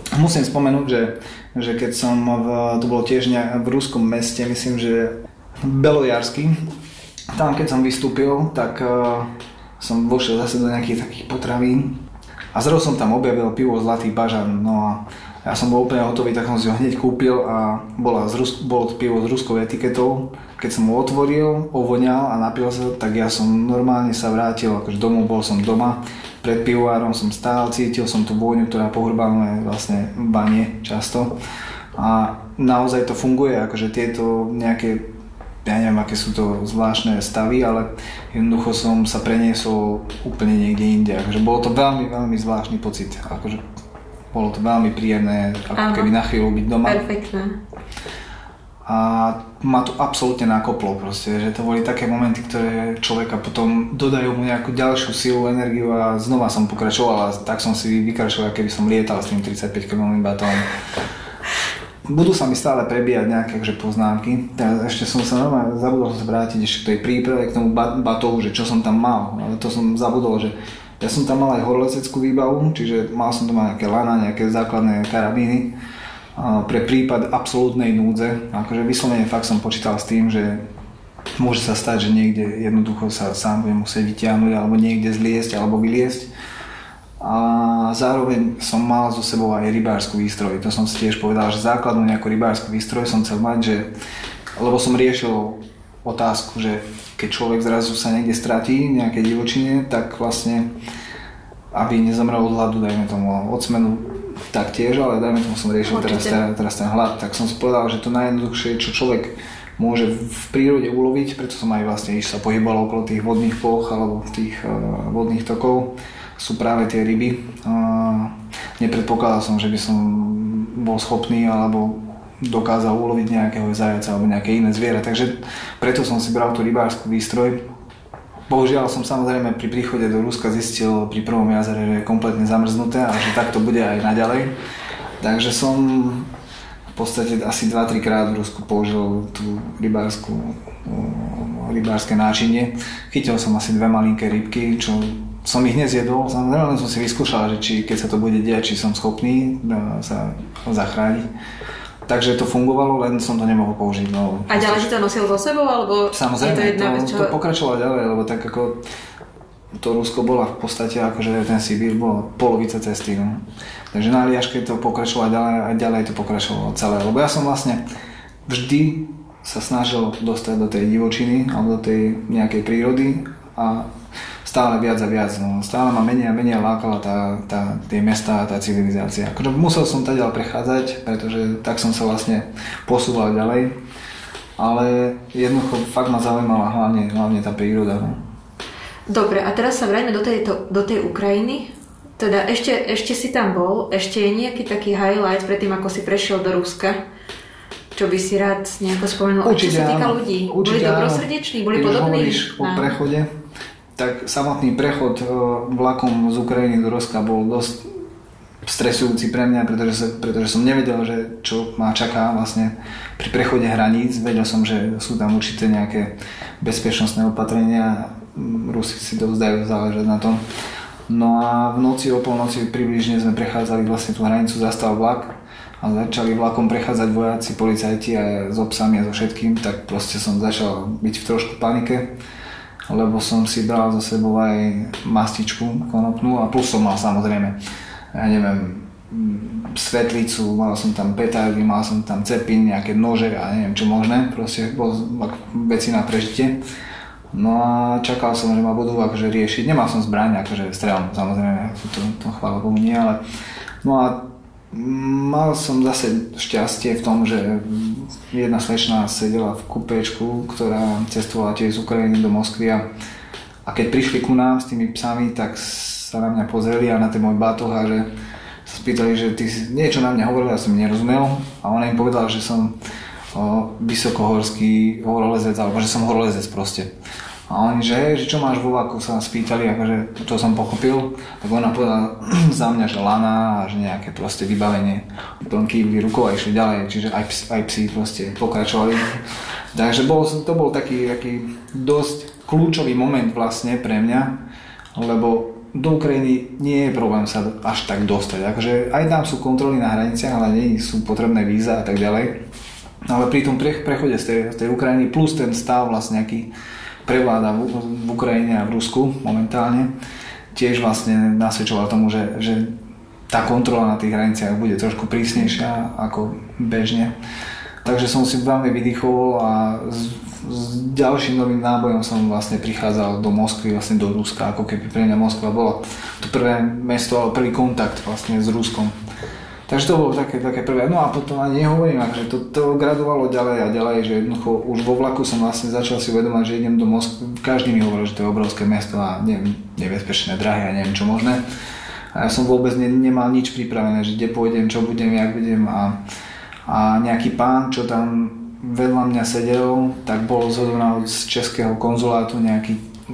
musím spomenúť, že, že keď som, v, to bolo tiež v ruskom meste, myslím, že Belojarsky, tam keď som vystúpil, tak uh, som vošiel zase do nejakých takých potravín a zrazu som tam objavil pivo Zlatý bažan, no a ja som bol úplne hotový, tak som si ho hneď kúpil a bola z Rus- bolo to pivo s ruskou etiketou. Keď som ho otvoril, ovoňal a napil sa, tak ja som normálne sa vrátil, akože domov, bol som doma, pred pivovárom som stál, cítil som tú vôňu, ktorá pohrbáva vlastne v bane často a naozaj to funguje, akože tieto nejaké, ja neviem, aké sú to zvláštne stavy, ale jednoducho som sa preniesol úplne niekde inde, akože bolo to veľmi, veľmi zvláštny pocit, akože bolo to veľmi príjemné, ako keby na chvíľu byť doma. Perfektné. A ma to absolútne nakoplo proste, že to boli také momenty, ktoré človeka potom dodajú mu nejakú ďalšiu silu, energiu a znova som pokračoval a tak som si vykračoval, keby som lietal s tým tridsaťpäť kilovým batónom. Budú sa mi stále prebíjať nejaké že poznámky. Teraz ešte som sa normálne zabudol sa vrátiť ešte k tej príprave, k tomu batóvu, že čo som tam mal. Ale to som zabudol, že ja som tam mal aj horolezeckú výbavu, čiže mal som tam nejaké lana, nejaké základné karabíny pre prípad absolútnej núdze. Akože vyslovene fakt som počítal s tým, že môže sa stať, že niekde jednoducho sa sám budem musieť vyťahnuť alebo niekde zliesť alebo vyliesť. A zároveň som mal so sebou aj rybársku výstroj. To som si tiež povedal, že základnú nejakú rybársku výstroj som chcel mať, že, lebo som riešil otázku, že keď človek zrazu sa niekde stratí v nejakej divočine, tak vlastne, aby nezomrel od hladu, dajme tomu od smenu taktiež, ale dajme tomu som riešil teraz, teraz ten hlad, tak som si povedal, že to najjednoduchšie, čo človek môže v prírode uloviť, preto som aj vlastne iš sa pohybal okolo tých vodných ploch alebo tých uh, vodných tokov, sú práve tie ryby. Uh, nepredpokladal som, že by som bol schopný alebo dokázal uloviť nejakého zajaca alebo nejaké iné zviera, takže preto som si bral tú rybársku výstroj. Bohužiaľ som samozrejme pri príchode do Ruska zistil pri prvom jazere, že je kompletne zamrznuté a že takto bude aj naďalej. Takže som v podstate asi dva tri krát v Rusku použil tú rybársku, rybárske náčinie. Chytil som asi dve malinké rybky, čo som ich nezjedol, samozrejme som si vyskúšal, že či keď sa to bude diať, či som schopný sa zachrániť. Takže to fungovalo, len som to nemohol použiť. No, a ďalej si to nosil so sebou, alebo samozrejme, je to jedna to, vec, čo... to pokračovalo ďalej, lebo tak ako to Rusko bola v podstate, akože ten Sibír bol polovica cesty. No. Takže na Aliaške to pokračovalo ďalej a ďalej to pokračovalo celé. Lebo ja som vlastne vždy sa snažil dostať do tej divočiny alebo do tej nejakej prírody a stále viac a viac, no. Stále ma menej a menej lákala tá, tá, tie mestá a tá civilizácia. Akože musel som tadiaľ prechádzať, pretože tak som sa vlastne posúval ďalej, ale jednoducho fakt ma zaujímala hlavne, hlavne tá príroda. No. Dobre, a teraz sa vráťme do, tejto, do tej Ukrajiny. Teda ešte, ešte si tam bol, ešte je nejaký taký highlight predtým, ako si prešiel do Ruska, čo by si rád nejako spomenul. Určite, čo sa týka áno. ľudí? Určite, boli dobrosrdeční? Boli podobní? Keď hovoríš o prechode, tak samotný prechod vlakom z Ukrajiny do Ruska bol dosť stresujúci pre mňa, pretože, sa, pretože som nevedel, že čo ma čaká vlastne pri prechode hraníc. Vedel som, že sú tam určité nejaké bezpečnostné opatrenia, Rusi si dosť dajú záležať na tom. No a v noci o polnoci približne sme prechádzali vlastne tú hranicu, zastal vlak a začali vlakom prechádzať vojaci, policajti a s obsami a so všetkým, tak proste som začal byť v trošku panike, lebo som si bral za sebou aj mastičku konopnú a plus som mal samozrejme, ja neviem, svetlicu, mal som tam petardy, mal som tam cepín, nejaké nože a neviem čo možné, proste bol veci na prežitie. No a čakal som, že ma budú akože riešiť, nemal som zbraň, akože strelom, samozrejme, to, to chvála Bohu nie, ale no a mal som zase šťastie v tom, že jedna slečna sedela v kupečku, ktorá cestovala tiež z Ukrajiny do Moskvy a keď prišli ku nám s tými psami, tak sa na mňa pozreli a na ten môj batoh a že sa spýtali, že ty niečo na mňa hovoril, ja som nerozumel a ona im povedala, že som o, vysokohorský horolezec alebo že som horolezec proste. A oni, že, že čo máš vo vaku, sa spýtali, akože to som pochopil, tak ona povedala za mňa, že lana a že nejaké proste vybavenie. Potom kývli rukou a išli ďalej, čiže aj psi, aj psi proste pokračovali. Takže bol, to bol taký, taký dosť kľúčový moment vlastne pre mňa, lebo do Ukrajiny nie je problém sa až tak dostať. Akože aj tam sú kontroly na hraniciach, ale nie sú potrebné víza a tak ďalej. Ale pri tom prechode z tej, z tej Ukrajiny plus ten stav vlastne nejaký prevláda v, v Ukrajine a v Rusku momentálne, tiež vlastne nasvedčoval tomu, že, že tá kontrola na tých hraniciach bude trošku prísnejšia ako bežne. Takže som si veľmi vydýchol a s, s ďalším novým nábojom som vlastne prichádzal do Moskvy, vlastne do Ruska, ako keby pre mňa Moskva bola to prvé mesto, ale prvý kontakt vlastne s Ruskom. Takže to bolo také, také prvé. No a potom ani nehovorím, že to, to gradovalo ďalej a ďalej, že jednoducho už vo vlaku som vlastne začal si uvedomať, že idem do Moskvy. Každý mi hovoril, že to je obrovské mesto a neviem, nebezpečné, drahé a neviem čo možné. A ja som vôbec ne, nemal nič pripravené, že kde pôjdem, čo budem, jak budem a, a nejaký pán, čo tam vedľa mňa sedel, tak bol zhodou z českého konzulátu nejaký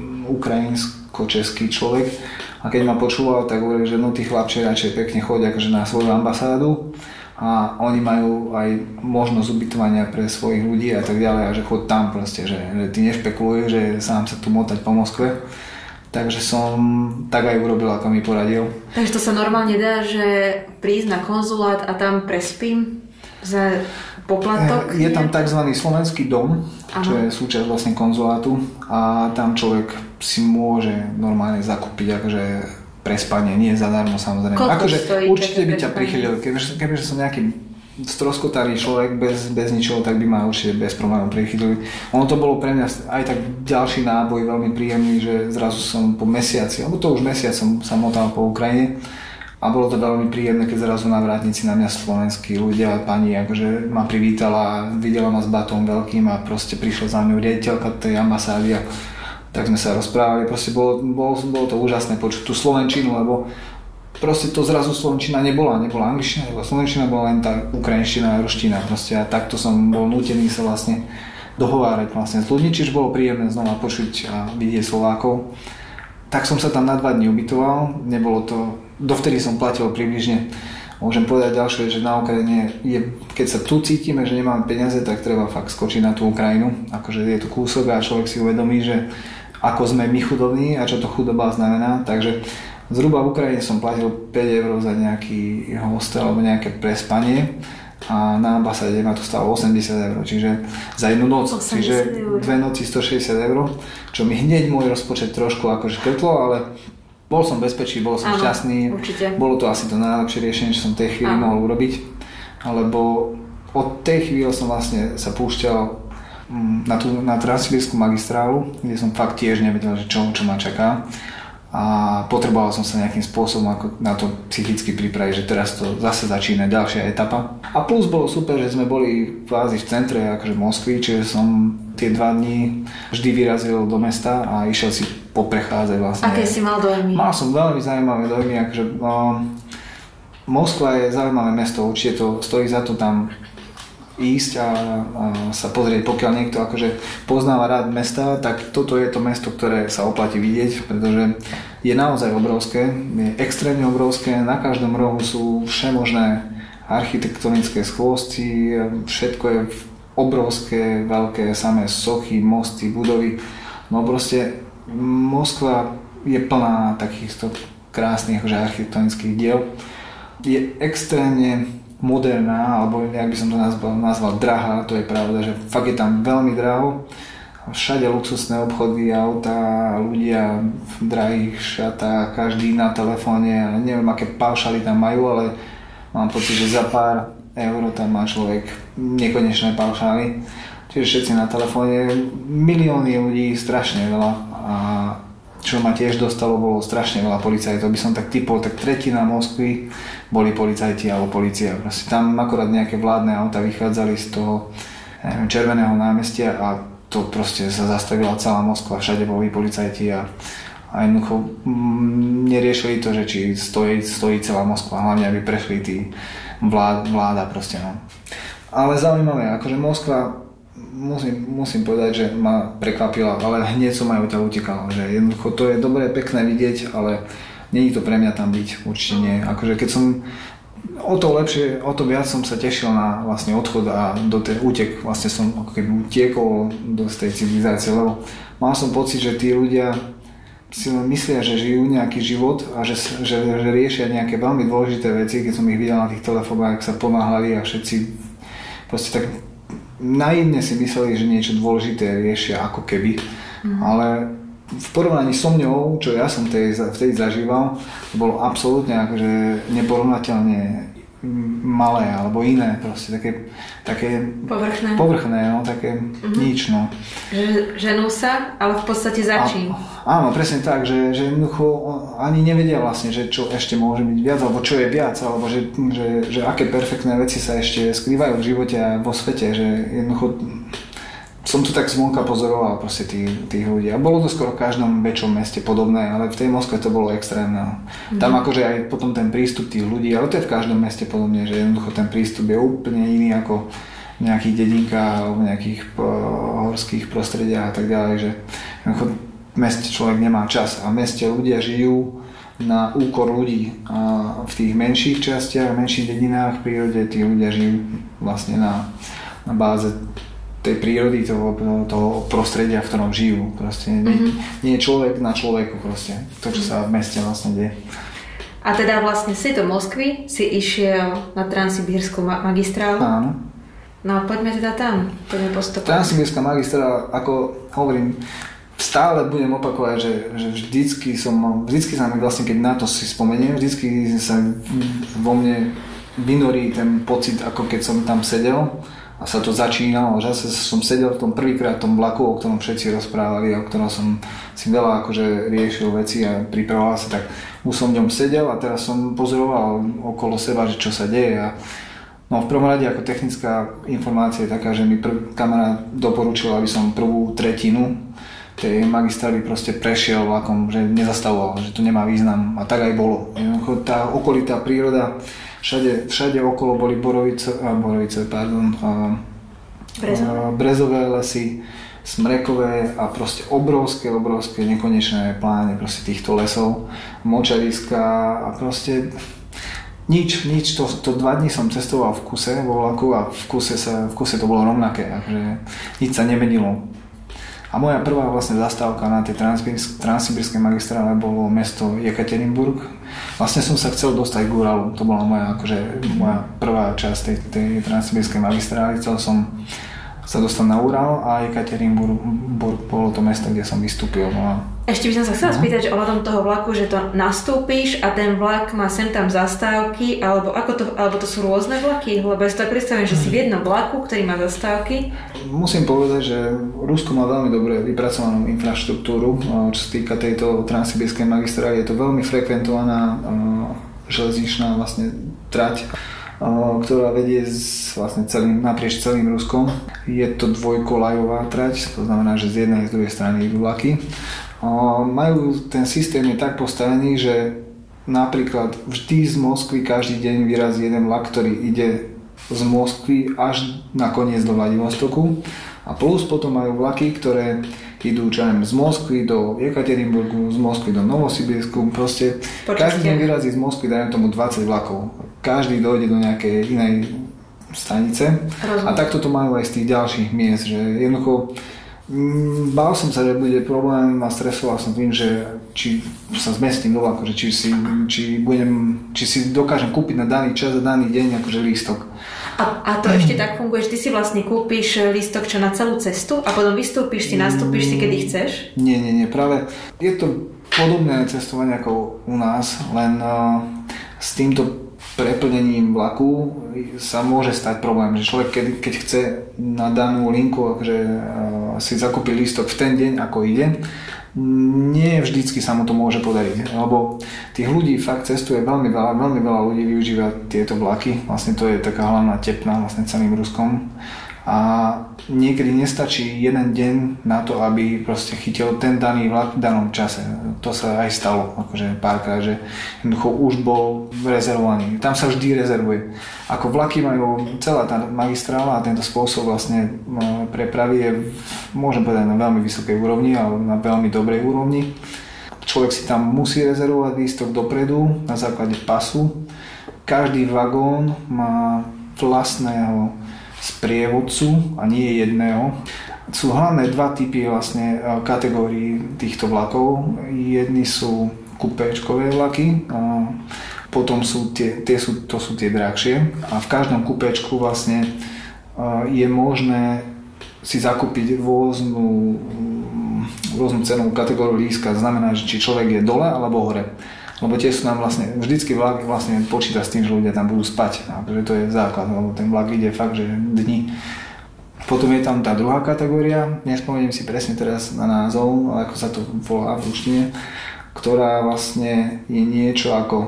ukrajinsko-český človek a keď ma počúval, tak hovoril, že no tí chlapči radšej pekne chodia akože na svoju ambasádu a oni majú aj možnosť ubytovania pre svojich ľudí a tak ďalej a že chod tam proste, že, že ty nešpekuluješ, že sám sa tu motať po Moskve. Takže som tak aj urobil, ako mi poradil. Takže to sa normálne dá, že prísť na konzulát a tam prespím za poplatok? Je tam tzv. Slovenský dom, Aha. čo je súčasť vlastne konzulátu a tam človek si môže normálne zakúpiť akože prespanie, nie zadarmo samozrejme. Koľko akože stojí, určite by ťa prichylil, kebyže, kebyže som nejaký stroskotarý človek bez, bez ničoho, tak by ma určite bez problémov prichytili. Ono to bolo pre mňa aj tak ďalší náboj veľmi príjemný, že zrazu som po mesiaci, alebo to už mesiac som sa motal po Ukrajine a bolo to veľmi príjemné, keď zrazu na vrátnici na mňa slovenskí ľudia, pani akože ma privítala, videla ma s batom veľkým a proste prišla za mňou riaditeľka tej ambasády a tak sme sa rozprávali. Proste bolo, bolo, bolo to úžasné počuť tú slovenčinu, lebo proste to zrazu slovenčina nebola, nebola angličtina, nebola slovenčina, bola len tá ukrajinština a ruština proste a takto som bol nútený sa vlastne dohovárať vlastne s ľuďmi, čiže bolo príjemné znova počuť a vidieť Slovákov. Tak som sa tam na dva dní ubytoval, nebolo to, dovtedy som platil približne, môžem povedať ďalšie, že na Ukrajine je, keď sa tu cítime, že nemáme peniaze, tak treba fakt skočiť na tú Ukrajinu, akože je to kúsok a človek si uvedomí, že ako sme my chudobní a čo to chudoba znamená, takže zhruba v Ukrajine som platil päť eur za nejaký hostel alebo nejaké prespanie a na ambasáde ma to stalo osemdesiat eur, čiže za jednu noc, čiže dve noci stošesťdesiat eur, čo mi hneď môj rozpočet trošku akože škrtlo, ale bol som bezpečný, bol som Áno, šťastný, určite. Bolo to asi to najlepšie riešenie, čo som v tej chvíli Áno. mohol urobiť, lebo od tej chvíle som vlastne sa púšťal na tú na transsibírskú magistrálu, kde som fakt tiež nevedel, že čo, čo ma čaká. A potreboval som sa nejakým spôsobom ako na to psychicky pripraviť, že teraz to zase začína ďalšia etapa. A plus bolo super, že sme boli kvázi v centre akože Moskvy, čiže som tie dva dní vždy vyrazil do mesta a išiel si poprechádzať vlastne. Aké si mal dojmy? Mal som veľmi zaujímavé dojmy, akože no, Moskva je zaujímavé mesto, určite to stojí za to tam ísť a, a sa pozrieť, pokiaľ niekto akože poznáva rád mesta, tak toto je to mesto, ktoré sa oplatí vidieť, pretože je naozaj obrovské, je extrémne obrovské, na každom rohu sú všemožné architektonické schôsty, všetko je obrovské, veľké, samé sochy, mosty, budovy, no proste Moskva je plná takýchto krásnych akože architektonických diel, je extrémne moderná, alebo jak by som to nazval, nazval drahá, to je pravda, že fakt je tam veľmi draho. Všade luxusné obchody, autá, ľudia v drahých šatách, každý na telefóne, neviem aké paušály tam majú, ale mám pocit, že za pár eur tam má človek nekonečné paušály. Čiže všetci na telefóne, milióny ľudí, strašne veľa. A čo ma tiež dostalo, bolo strašne veľa policajtov, by som tak typol, tak tretina Moskvy boli policajti alebo polícia. Proste tam akorát nejaké vládne auta vychádzali z toho neviem, Červeného námestia a to proste sa zastavila celá Moskva, všade boli policajti a, a jednoducho m, neriešili to, že či stojí, stojí celá Moskva, hlavne aby prešli tí vlád, vláda proste. No. Ale zaujímavé, akože Moskva Musím, musím povedať, že ma prekvapila, ale hneď som aj odtiaľ utekal, že jednoducho to je dobré, pekné vidieť, ale nie je to pre mňa tam byť, určite nie. Akože keď som o to lepšie, o to viac som sa tešil na vlastne odchod a do tej útek, vlastne som ako keby utiekol do tej civilizácie, lebo mal som pocit, že tí ľudia si len myslia, že žijú nejaký život a že, že, že riešia nejaké veľmi dôležité veci, keď som ich videl na tých telefónach, ak sa pomáhali a všetci proste tak naivne si mysleli, že niečo dôležité riešia ako keby, mm. ale v porovnaní so mňou, čo ja som vtedy, vtedy zažíval, to bolo absolútne akože neporovnateľne malé alebo iné, proste také, také povrchné, povrchné no, také mm-hmm. nič, no. Že ženú sa, ale v podstate začín. A, áno, presne tak, že, že jednoducho ani nevedia vlastne, že čo ešte môže byť viac, alebo čo je viac, alebo že, že, že aké perfektné veci sa ešte skrývajú v živote a vo svete, že jednoducho som tu tak zvonka pozoroval proste tých, tých ľudí a bolo to skoro v každom väčšom meste podobné, ale v tej Moskve to bolo extrémne. Mm. Tam akože aj potom ten prístup tých ľudí, ale to je v každom meste podobne, že jednoducho ten prístup je úplne iný ako v nejakých dedinkách alebo v nejakých po, horských prostrediach a tak ďalej, že jednoducho v meste človek nemá čas a v meste ľudia žijú na úkor ľudí a v tých menších častiach, v menších dedinách v prírode tí ľudia žijú vlastne na, na báze tej prírody, toho, toho prostredia, v ktorom žijú. Proste nie, mm-hmm. nie je človek na človeku proste. To, čo sa v meste vlastne deje. A teda vlastne si do Moskvy si išiel na Transsibírskú ma- magistrálu. Áno. No poďme teda tam. Poďme postupom. Transsibírska magistrála, ako hovorím, stále budem opakovať, že, že vždycky som, vždycky sa mi vlastne, keď na to si spomeniem, vždycky sa vo mne vynorí ten pocit, ako keď som tam sedel a sa to začínalo, že som sedel v tom prvýkrát v tom vlaku, o ktorom všetci rozprávali, o ktorom som si veľa akože riešil veci a pripravoval sa, tak už som v ňom sedel a teraz som pozoroval okolo seba, že čo sa deje. A no v prvom rade ako technická informácia je taká, že mi prv, kamarát doporučil, aby som prvú tretinu tej magistrály proste prešiel vlakom, že nezastavoval, že to nemá význam a tak aj bolo. Jednoducho tá okolitá príroda, Všade, všade okolo boli borovice, a borovice, pardon, a, a brezové lesy, smrekové a proste obrovské, obrovské nekonečné pláne proste týchto lesov, močariska a proste nič, nič, to, to dva dní som cestoval v kuse vo vlaku a v kuse, sa, v kuse to bolo rovnaké, akože nič sa nemenilo. A moja prvá vlastne zastávka na tej Transsibírskej magistrále bolo mesto Jekaterinburg. Vlastne som sa chcel dostať k Uralu, to bola moja, akože, moja prvá časť tej, tej Transsibírskej magistrály. Chcel som sa dostať na Ural a Jekaterinburg bolo to mesto, kde som vystúpil. No. Ešte by som sa chcela uh-huh. spýtať, že ohľadom toho vlaku, že to nastúpíš a ten vlak má sem tam zastávky, alebo, ako to, alebo to sú rôzne vlaky? Lebo ja si tak predstavím, že si v jednom vlaku, ktorý má zastávky. Musím povedať, že Rusko má veľmi dobre vypracovanú infraštruktúru, čo sa týka tejto Transsibírskej magistrály. Je to veľmi frekventovaná železničná vlastne trať, ktorá vedie z, vlastne celým, naprieč celým Ruskom. Je to dvojkolajová trať, to znamená, že z jednej a z druhej strany idú vlaky. Majú, ten systém je tak postavený, že napríklad vždy z Moskvy každý deň vyrazí jeden vlak, ktorý ide z Moskvy až na koniec do Vladivostoku. A plus potom majú vlaky, ktoré idú čo neviem, z Moskvy do Jekaterinburgu, z Moskvy do Novosibirsku. Proste každý deň vyrazí z Moskvy, dajú tomu dvadsať vlakov. Každý dojde do nejakej inej stanice. Rozumiem. A takto to majú aj z tých ďalších miest, že jednoducho mm, bál som sa, že bude problém a stresoval som tým, že či sa zmestím do vlaku, že či si, či budem, či si dokážem kúpiť na daný čas a daný deň akože lístok. A, a to mm. ešte tak funguje, že ty si vlastne kúpiš lístok čo na celú cestu a potom vystúpiš si, nastúpiš si, kedy chceš? Nie, nie, nie, práve je to podobné cestovanie ako u nás, len uh, s týmto preplnením vlaku sa môže stať problém, že človek keď, keď chce na danú linku akože, uh, si zakúpiť lístok v ten deň, ako ide, nie vždycky sa mu to môže podariť, lebo tých ľudí fakt cestuje veľmi veľa, veľmi veľa ľudí využíva tieto vlaky, vlastne to je taká hlavná tepna vlastne celým Ruskom a niekedy nestačí jeden deň na to, aby proste chytil ten daný vlak v danom čase. To sa aj stalo, akože párkrát, že jednoducho už bol rezervovaný. Tam sa vždy rezervuje. Ako vlaky majú celá tá magistrála a tento spôsob vlastne prepravy je, môžem povedať, na veľmi vysokej úrovni, ale na veľmi dobrej úrovni. Človek si tam musí rezervovať lístok dopredu na základe pasu. Každý vagón má vlastného sprievodcu a nie jedného. Sú hlavné dva typy vlastne kategórií týchto vlakov. Jedni sú kupéčkové vlaky, potom sú tie, tie sú, to sú tie drahšie a v každom kupéčku vlastne je možné si zakúpiť rôznu, rôznu cenovú kategóriu lístka. Znamená, že či človek je dole alebo hore. Lebo tie sú nám vlastne, vždycky vlak vlastne počíta s tým, že ľudia tam budú spať. Takže to je základ, lebo ten vlak ide fakt, že dni. Potom je tam tá druhá kategória, nespomeniem si presne teraz na názov, ale ako sa to volá v ruštine, ktorá vlastne je niečo ako,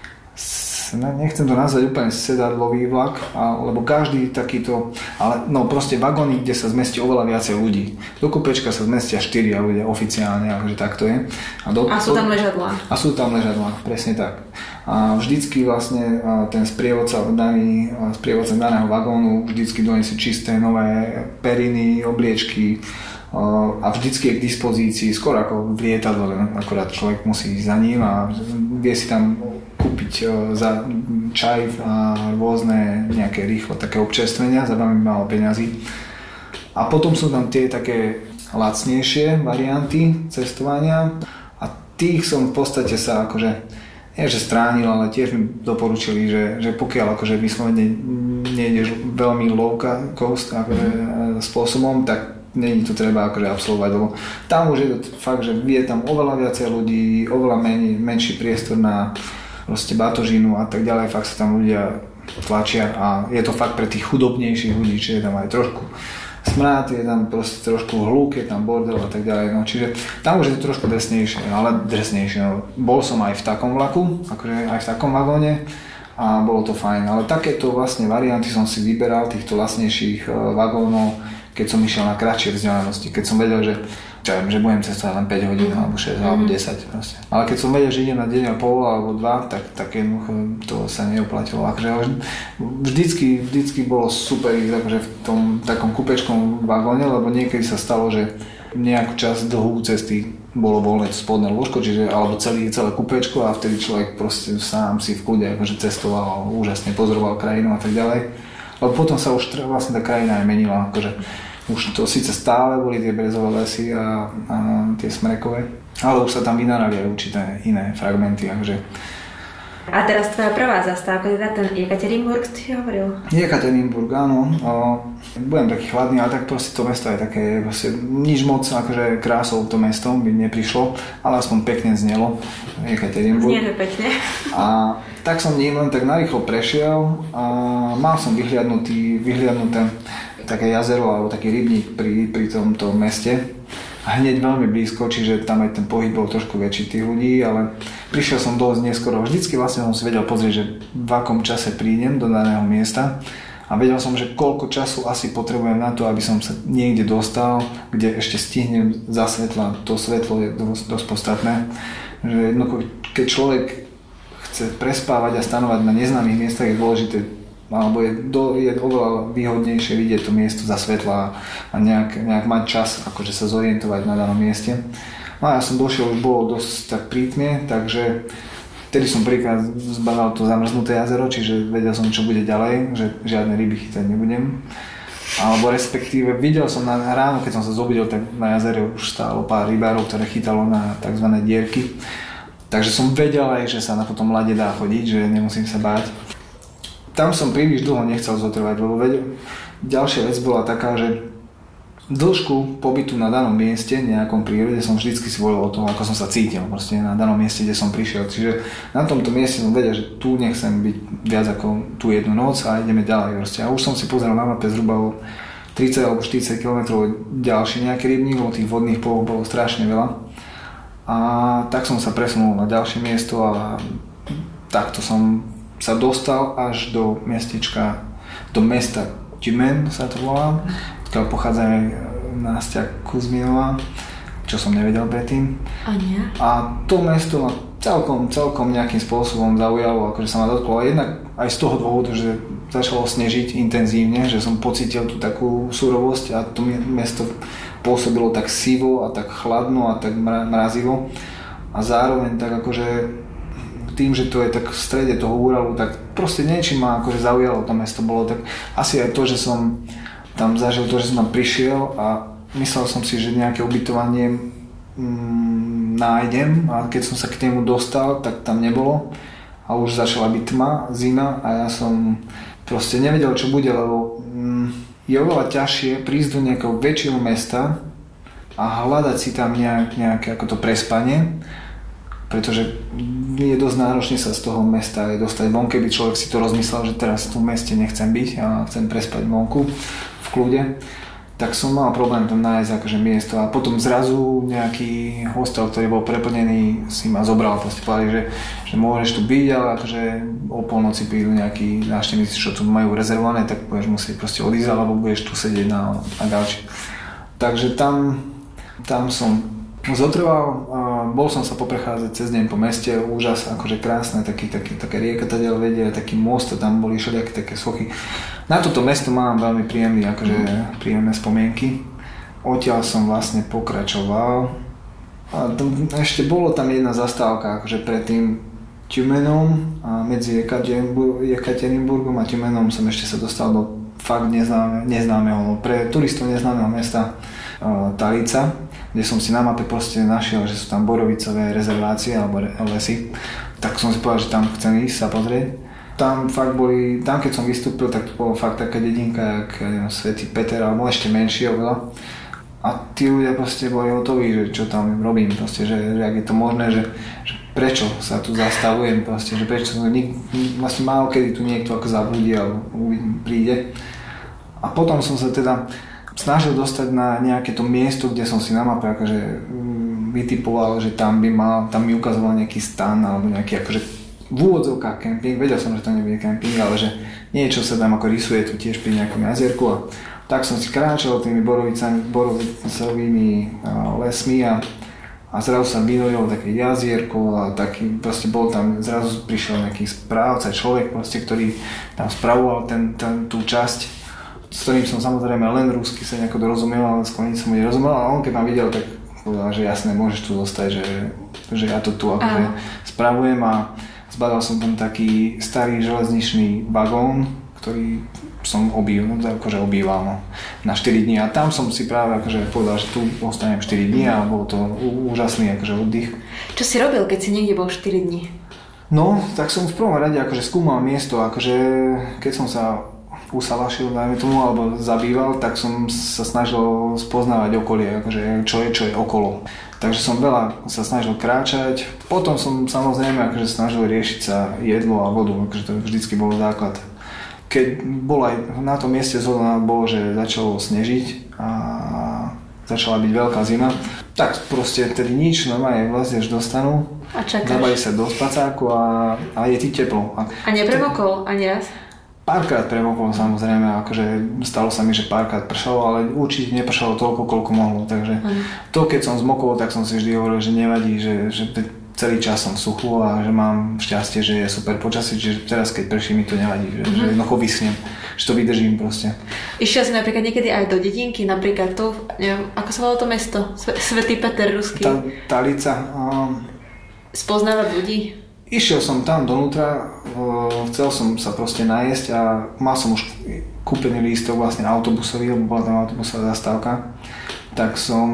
nechcem to nazvať úplne sedadlový vlak, lebo každý takýto, ale no proste vagóny, kde sa zmestí oveľa viacej ľudí. Do kupečka sa zmestia štyria ľudia oficiálne, akože takto je. A, do, a sú tam ležadlá. A sú tam ležadlá, presne tak. A vždycky vlastne ten sprievodca daný, sprievodca daného vagónu vždycky donesie čisté nové periny, obliečky a vždycky je k dispozícii, skôr ako v lietadle, akorát človek musí ísť za ním a vie si tam kúpiť za čaj a rôzne nejaké rýchlo také občerstvenia za veľmi málo peňazí. A potom sú tam tie také lacnejšie varianty cestovania a tých som v podstate sa akože nie že stránil, ale tiež mi doporučili, že, že pokiaľ akože vyslovene nejdeš veľmi low cost akože, spôsobom, tak není to treba akože absolvovať, lebo tam už je to fakt, že je tam oveľa viacej ľudí, oveľa menej, menší priestor na proste batožinu a tak ďalej, fakt sa tam ľudia tlačia a je to fakt pre tých chudobnejších ľudí, čiže je tam aj trošku smrad, je tam proste trošku hluk, je tam bordel a tak ďalej, no čiže tam už je to trošku drsnejšie, ale drsnejšie, no. Bol som aj v takom vlaku, akože aj v takom vagóne a bolo to fajn, ale takéto vlastne varianty som si vyberal, týchto vlastnejších vagónov, keď som išiel na kratšie vzdialenosti, keď som vedel, že čo viem, že budem cestovať len päť hodín, alebo šesť, mm-hmm. alebo desať proste. Ale keď som vedel, že idem na deň a pol alebo dva, tak, tak jednoducho to sa neoplatilo. Akože vždycky, vždycky bolo super ísť akože v tom takom kúpečkom vagóne, lebo niekedy sa stalo, že nejakú časť dlhú cesty bolo voľné spodné lôžko, čiže, alebo celý, celé kúpečko a vtedy človek proste sám si v kľude akože cestoval, úžasne pozoroval krajinu a tak ďalej. Lebo potom sa už vlastne tá krajina aj menila, akože už to síce stále boli tie brezové lesy a, a tie smrekové, ale už sa tam vynárali aj určité iné fragmenty. Takže... A teraz tvoja prvá zastávka, teda ten Jekaterinburg, si hovoril? Jekaterinburg, áno. O, budem taký chladný, ale tak proste to mesto je také, proste nič moc akože krásou to mesto by neprišlo, ale aspoň pekne znelo. Jekaterinburg. Znie to pekne. A tak som ním len tak narýchlo prešiel a mal som vyhliadnutý, vyhliadnuté také jazero alebo taký rybník pri, pri tomto meste a hneď veľmi blízko, čiže tam aj ten pohyb bol trošku väčší tých ľudí, ale prišiel som dosť neskoro. Vždycky vlastne som si vedel pozrieť, že v akom čase prídem do daného miesta a vedel som, že koľko času asi potrebujem na to, aby som sa niekde dostal, kde ešte stihnem zasvetľať. To svetlo je dosť, dosť podstatné, že jednoducho, keď človek chce prespávať a stanovať na neznámych miestach, je dôležité, alebo je, do, je oveľa výhodnejšie vidieť to miesto za svetla a nejak, nejak mať čas akože sa zorientovať na danom mieste. No a ja som došiel, už bolo dosť tak prítmie, takže vtedy som prvýkrát zbadal to zamrznuté jazero, čiže vedel som, čo bude ďalej, že žiadne ryby chytať nebudem. Alebo respektíve videl som na ráno, keď som sa zobudil, tak na jazere už stálo pár rybárov, ktoré chytalo na tzv. Dierky. Takže som vedel aj, že sa na potom lade dá chodiť, že nemusím sa báť. Tam som príliš dlho nechcel zotrvať, lebo vedel, ďalšia vec bola taká, že dĺžku pobytu na danom mieste, nejakom prírode, som vždycky si volil o tom, ako som sa cítil proste na danom mieste, kde som prišiel. Čiže na tomto mieste som vedel, že tu nechcem byť viac ako tú jednu noc a ideme ďalej. Proste. A už som si pozeral na mape zhruba o tridsať alebo štyridsať kilometrov ďalší nejaký rybník, lebo tých vodných ploch bolo strašne veľa. A tak som sa presunul na ďalšie miesto a takto som sa dostal až do mestečka, do mesta Tymen sa to volá, odkiaľ pochádza aj Nástia Kuzminová, čo som nevedel predtým. A nie? A to mesto ma celkom, celkom nejakým spôsobom zaujalo, akože sa ma dotklo. A jednak aj z toho dôvodu, že začalo snežiť intenzívne, že som pocítil tú takú surovosť a to mesto pôsobilo tak sivo a tak chladno a tak mrazivo. A zároveň tak akože tým, že to je tak v strede toho Uralu, tak proste niečím ma akože zaujalo to mesto. Bolo tak asi aj to, že som tam zažil to, že som tam prišiel a myslel som si, že nejaké ubytovanie mm, nájdem a keď som sa k nemu dostal, tak tam nebolo a už začala byť tma, zima a ja som proste nevedel, čo bude, lebo mm, je oveľa ťažšie prísť do nejakého väčšieho mesta a hľadať si tam nejak, nejaké ako to prespanie, pretože je dosť náročné sa z toho mesta dostať von, keby človek si to rozmyslel, že teraz v tom meste nechcem byť a chcem prespať vonku v kľude, tak som mal problém tam nájsť akože miesto a potom zrazu nejaký hostel, ktorý bol preplnený, si ma zobral, proste povedali, že, že môžeš tu byť, ale akože o polnoci prídu nejakí návštevníci, čo tu majú rezervované, tak budeš musieť proste odísť, alebo budeš tu sedieť na, na gauči. Takže tam, tam som zotrval, bol som sa poprechádzať cez deň po meste, úžas, akože krásne, taký, taký, taká rieka tadiaľ vedie, taký most, tam boli všelijaké také sochy. Na toto mesto mám veľmi príjemný, akože príjemné spomienky. Odtiaľ som vlastne pokračoval a to, ešte bolo tam jedna zastávka, akože pred tým Tjumenom a medzi Jekaterinburgom a Tjumenom som ešte sa dostal do fakt neznáme, neznámeho, pre turistov neznámeho mesta uh, Talica, kde som si na mape proste našiel, že sú tam borovicové rezervácie alebo lesy, tak som si povedal, že tam chcem ísť sa pozrieť. Tam fakt boli, tam keď som vystúpil, tak to bolo fakt taká dedinka, jak neviem, Svätý Peter, alebo ešte menšie oveľa. A tí ľudia proste boli hotoví, že čo tam robím, proste, že, že ak je to možné, že, že prečo sa tu zastavujem, proste, že prečo nik, vlastne málo kedy tu niekto ako zabudí alebo príde. A potom som sa teda snažil dostať na nejaké to miesto, kde som si na mape akože vytipoval, že tam by mal, tam mi ukazoval nejaký stan alebo nejaký akože v úvodzovkách kemping, vedel som, že to nebude kemping, ale že niečo sa tam ako rysuje tu tiež pri nejakom jazierku a tak som si kráčal tými borovicami, borovicovými lesmi a, a zrazu sa vynulilo také jazierko a taký, proste bol tam, zrazu prišiel nejaký správca, človek proste, ktorý tam spravoval ten, ten, tú časť, s ktorým som samozrejme len rusky sa nejako dorozumel, ale skôr nič som mu nerozumel a on keď ma videl, tak povedal, že jasné, môžeš tu zostať, že, že ja to tu akože spravujem a zbadal som tam taký starý železničný vagón, ktorý som obýval, akože obýval no, na štyri dní a tam som si práve akože povedal, že tu ostanem štyri dní a bol to úžasný akože oddych. Čo si robil, keď si niekde bol štyri dní? No, tak som v prvom rade akože skúmal miesto, akože keď som sa usalašil, dajme tomu, alebo zabýval, tak som sa snažil spoznávať okolie, akože čo je, čo je okolo. Takže som veľa sa snažil kráčať, potom som samozrejme akože snažil riešiť sa jedlo a vodu, akože to vždycky bol základ. Keď bol aj na tom mieste zhoda bolo, že začalo snežiť a začala byť veľká zima, tak proste tedy nič, normálne vlezieš do stanu, zabali sa do spacáku a, a je ti teplo. A, a nepremokol ani raz? Párkrát premokol samozrejme, akože stalo sa mi, že párkrát pršalo, ale určite nepršalo toľko, koľko mohlo, takže mm. to keď som zmokol, tak som si vždy hovoril, že nevadí, že, že celý čas som suchu a že mám šťastie, že je super počasie, že teraz keď prší mi to nevadí, že, mm-hmm. že jednoducho vyschnem, že to vydržím proste. Išiel si napríklad niekedy aj do dedinky, napríklad tu, neviem, ako sa volalo to mesto? Svätý Peter ruský. Tá, Talica. Um... Spoznávať ľudí? Išiel som tam donútra, chcel som sa proste najesť a mal som už kúpený lístok vlastne autobusový, lebo bola tam autobusová zastávka. Tak som,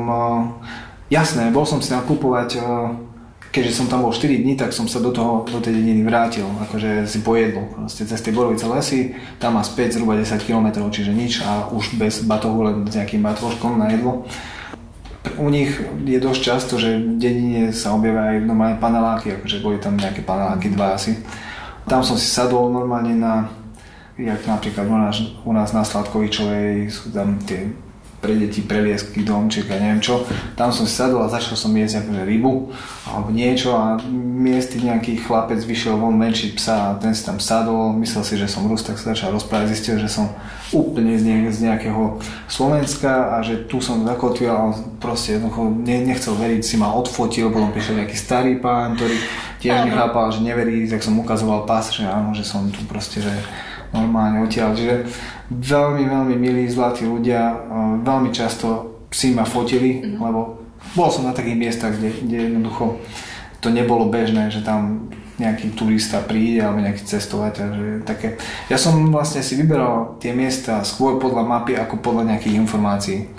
jasné, bol som si tam kúpovať, keďže som tam bol štyri dní, tak som sa do toho, do tej dediny vrátil, akože si pojedol, proste cez tie Borovice lesy, tam má späť zhruba desať kilometrov, čiže nič a už bez batohu, len s nejakým batôžkom na jedlo. U nich je dosť často, že v dedine sa objavia aj normálne paneláky, akože boli tam nejaké paneláky, dva asi. Tam som si sadol normálne na, jak napríklad u nás, u nás na Sladkovičovej, sú tam tie pre deti preliesky, domček a neviem čo. Tam som si sadol a začal som jesť akože rybu alebo niečo a miestny nejaký chlapec vyšiel von menšiť psa a ten si tam sadol, myslel si, že som Rus, tak sa začal rozprávať, zistil, že som úplne z, ne- z nejakého Slovenska a že tu som zakotvil a proste jednoducho ne- nechcel veriť, si ma odfotil, potom prišiel nejaký starý pán, ktorý tiež nechápal, že neverí, tak som ukazoval pás, že áno, že som tu proste, že normálne odtiaľ, že veľmi, veľmi milí, zlatí ľudia, veľmi často si ma fotili, mm-hmm. lebo bol som na takých miestach, kde, kde jednoducho to nebolo bežné, že tam nejaký turista príde alebo nejaký cestovateľ, že také. Ja som vlastne si vyberal tie miesta skôr podľa mapy ako podľa nejakých informácií.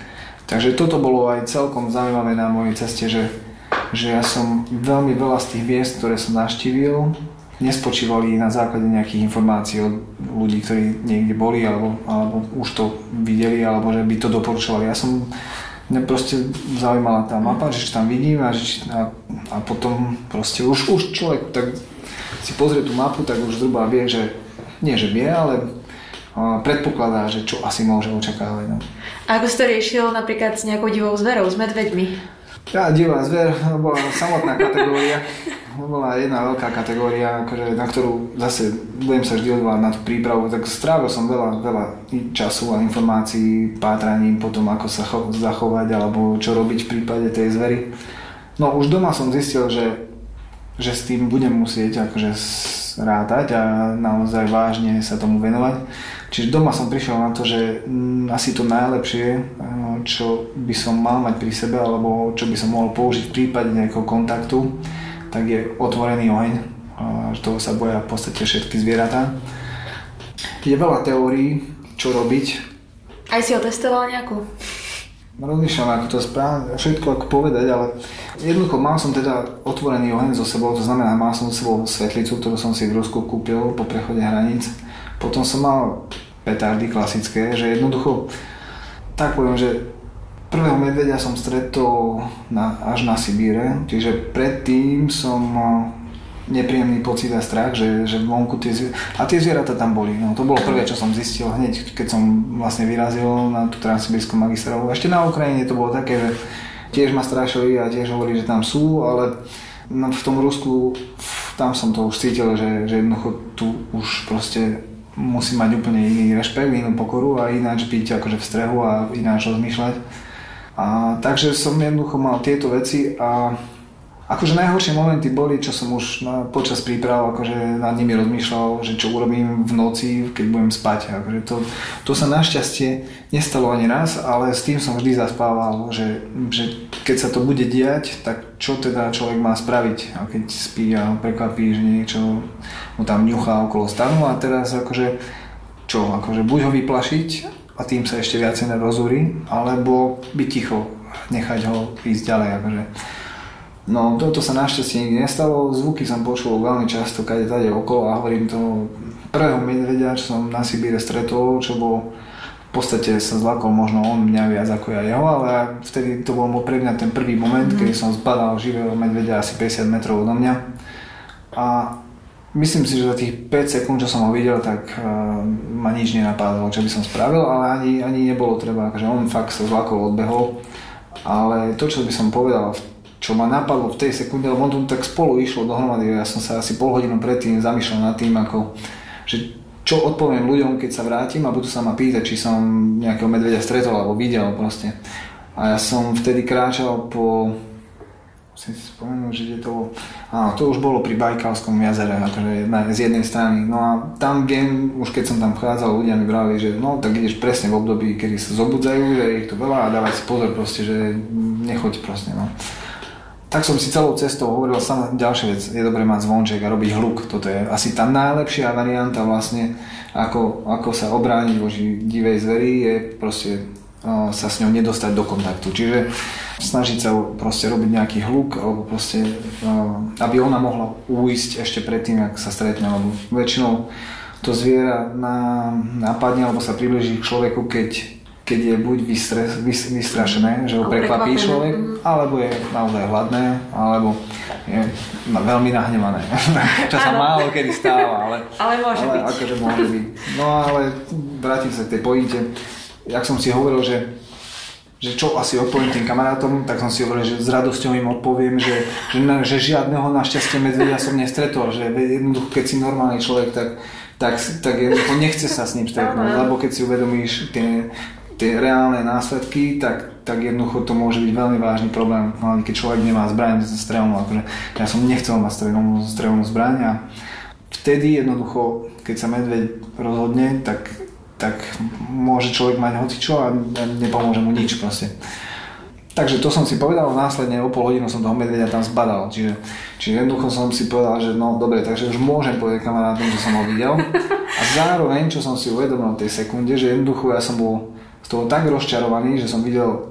Takže toto bolo aj celkom zaujímavé na mojej ceste, že, že ja som veľmi veľa z tých miest, ktoré som navštívil, nespočívali na základe nejakých informácií od ľudí, ktorí niekde boli alebo, alebo už to videli, alebo že by to doporučovali. Ja som mňa proste zaujímala tá mapa, že tam vidím a, že, a, a potom proste už, už človek tak si pozrie tú mapu, tak už zhruba vie, že nie, že vie, ale a, predpokladá, že čo asi môže očakávať. No. A ako si to riešil napríklad s nejakou divou zverou, s medveďmi? Tá divá zver bola samotná kategória. Bola jedna veľká kategória, akože, na ktorú zase budem sa vždy odvolať na tú prípravu, tak strávil som veľa, veľa času a informácií, pátraním potom, ako sa cho- zachovať alebo čo robiť v prípade tej zvery. No už doma som zistil, že, že s tým budem musieť akože rátať a naozaj vážne sa tomu venovať. Čiže doma som prišiel na to, že m, asi to najlepšie, čo by som mal mať pri sebe alebo čo by som mohol použiť v prípade nejakého kontaktu, tak je otvorený oheň. Toho sa boja v podstate všetky zvieratá. Je veľa teórií, čo robiť. Aj si otestoval nejakú? Rozmýšľam, ako to správne, všetko ako povedať, ale jednoducho mal som teda otvorený oheň so sebou, to znamená, mal som so sebou svetlicu, ktorú som si v Rusku kúpil po prechode hraníc. Potom som mal petardy klasické, že jednoducho, tak poviem, že prvého medveďa som stretol na, až na Sibíre, čiže predtým som nepríjemný pocit a strach, že, že vonku tie zvieratá, a tie zvieratá tam boli. No, to bolo prvé, čo som zistil hneď, keď som vlastne vyrazil na tú transsibírskú magistrálu. Ešte na Ukrajine to bolo také, že tiež ma strašili a tiež hovorili, že tam sú, ale v tom Rusku, tam som to už cítil, že, že jednoducho tu už proste musí mať úplne iný rešpekt, inú pokoru a ináč byť akože v strehu a ináč rozmýšľať. A, takže som jednoducho mal tieto veci a akože najhoršie momenty boli, čo som už na, počas príprav akože nad nimi rozmýšľal, že čo urobím v noci, keď budem spať. Akože to, to sa našťastie nestalo ani raz, ale s tým som vždy zaspával, že, že keď sa to bude diať, tak čo teda človek má spraviť, a keď spí a prekvapí, že niečo mu tam ňuchá okolo stanu a teraz akože čo, akože buď ho vyplašiť a tým sa ešte viacej rozúri, alebo byť ticho, nechať ho ísť ďalej. Akože. No toto sa našťastie nikdy nestalo, zvuky som počul veľmi často, kade tade okolo a hovorím toho prvého medveďa, čo som na Sibíre stretol, čo bol v podstate sa zlakol možno on mňa viac ako ja jeho, ale vtedy to bol pre mňa ten prvý moment, mm. keď som zbadal živého medveďa asi päťdesiat metrov odo mňa a myslím si, že za tých päť sekúnd, čo som ho videl, tak uh, ma nič nenapadlo, čo by som spravil, ale ani, ani nebolo treba, akože on fakt sa zlakol, odbehol, ale to, čo by som povedal, čo ma napadlo v tej sekunde, lebo on tu tak spolu išlo dohromady, ja som sa asi pol hodinu predtým zamýšľal nad tým, ako, že čo odpoviem ľuďom, keď sa vrátim a budú sa ma pýtať, či som nejakého medveďa stretol alebo videl proste. A ja som vtedy kráčal po, musím si spomenúť, že je to, áno, to už bolo pri Bajkalskom jazere, akože na, z jednej strany. No a tam viem, už keď som tam vchádzal, ľudia mi vrali, že no tak ideš presne v období, kedy sa zobudzajú, že je ich to veľa a dávaj si pozor proste, že nechoď proste, no. Tak som si celou cestou hovoril, sama ďalšia vec, je dobré mať zvonček a robiť hluk. Toto je asi tá najlepšia varianta vlastne, ako, ako sa obrániť voči divej zveri, je proste uh, sa s ňou nedostať do kontaktu. Čiže snažiť sa proste robiť nejaký hluk, alebo proste, uh, aby ona mohla uísť ešte predtým, ak sa stretne, lebo väčšinou to zviera na, napadne, alebo sa približí k človeku, keď keď je buď vystres, vys, vystrašené, že ho prekvapí človek, alebo je naozaj hladné, alebo je veľmi nahnevané. Čo sa málo kedy stáva, ale, ale môže ale byť. Akože môže byť. No ale vrátim sa k tej pointe. Jak som si hovoril, že, že čo asi odpoviem tým kamarátom, tak som si hovoril, že s radosťou im odpoviem, že, že, na, že žiadneho našťastie medveďa som nestretol, že jednoducho, keď si normálny človek, tak, tak, tak jednoducho nechce sa s ním stretnúť, lebo keď si uvedomíš tie tie reálne následky, tak, tak jednoducho to môže byť veľmi vážny problém, hlavne keď človek nemá zbraň strelnú. Akože ja som nechcel mať strelnú, strelnú zbraň a vtedy jednoducho, keď sa medveď rozhodne, tak, tak môže človek mať hocičo a nepomôže mu nič proste. Takže to som si povedal, následne o pol hodinu som toho medveďa tam zbadal, čiže, čiže jednoducho som si povedal, že no dobre, takže už môžem povedať kamarátom, že som ho videl a zároveň, čo som si uvedomil v tej sekunde, že jednoducho ja som bol z toho tak rozčarovaný, že som videl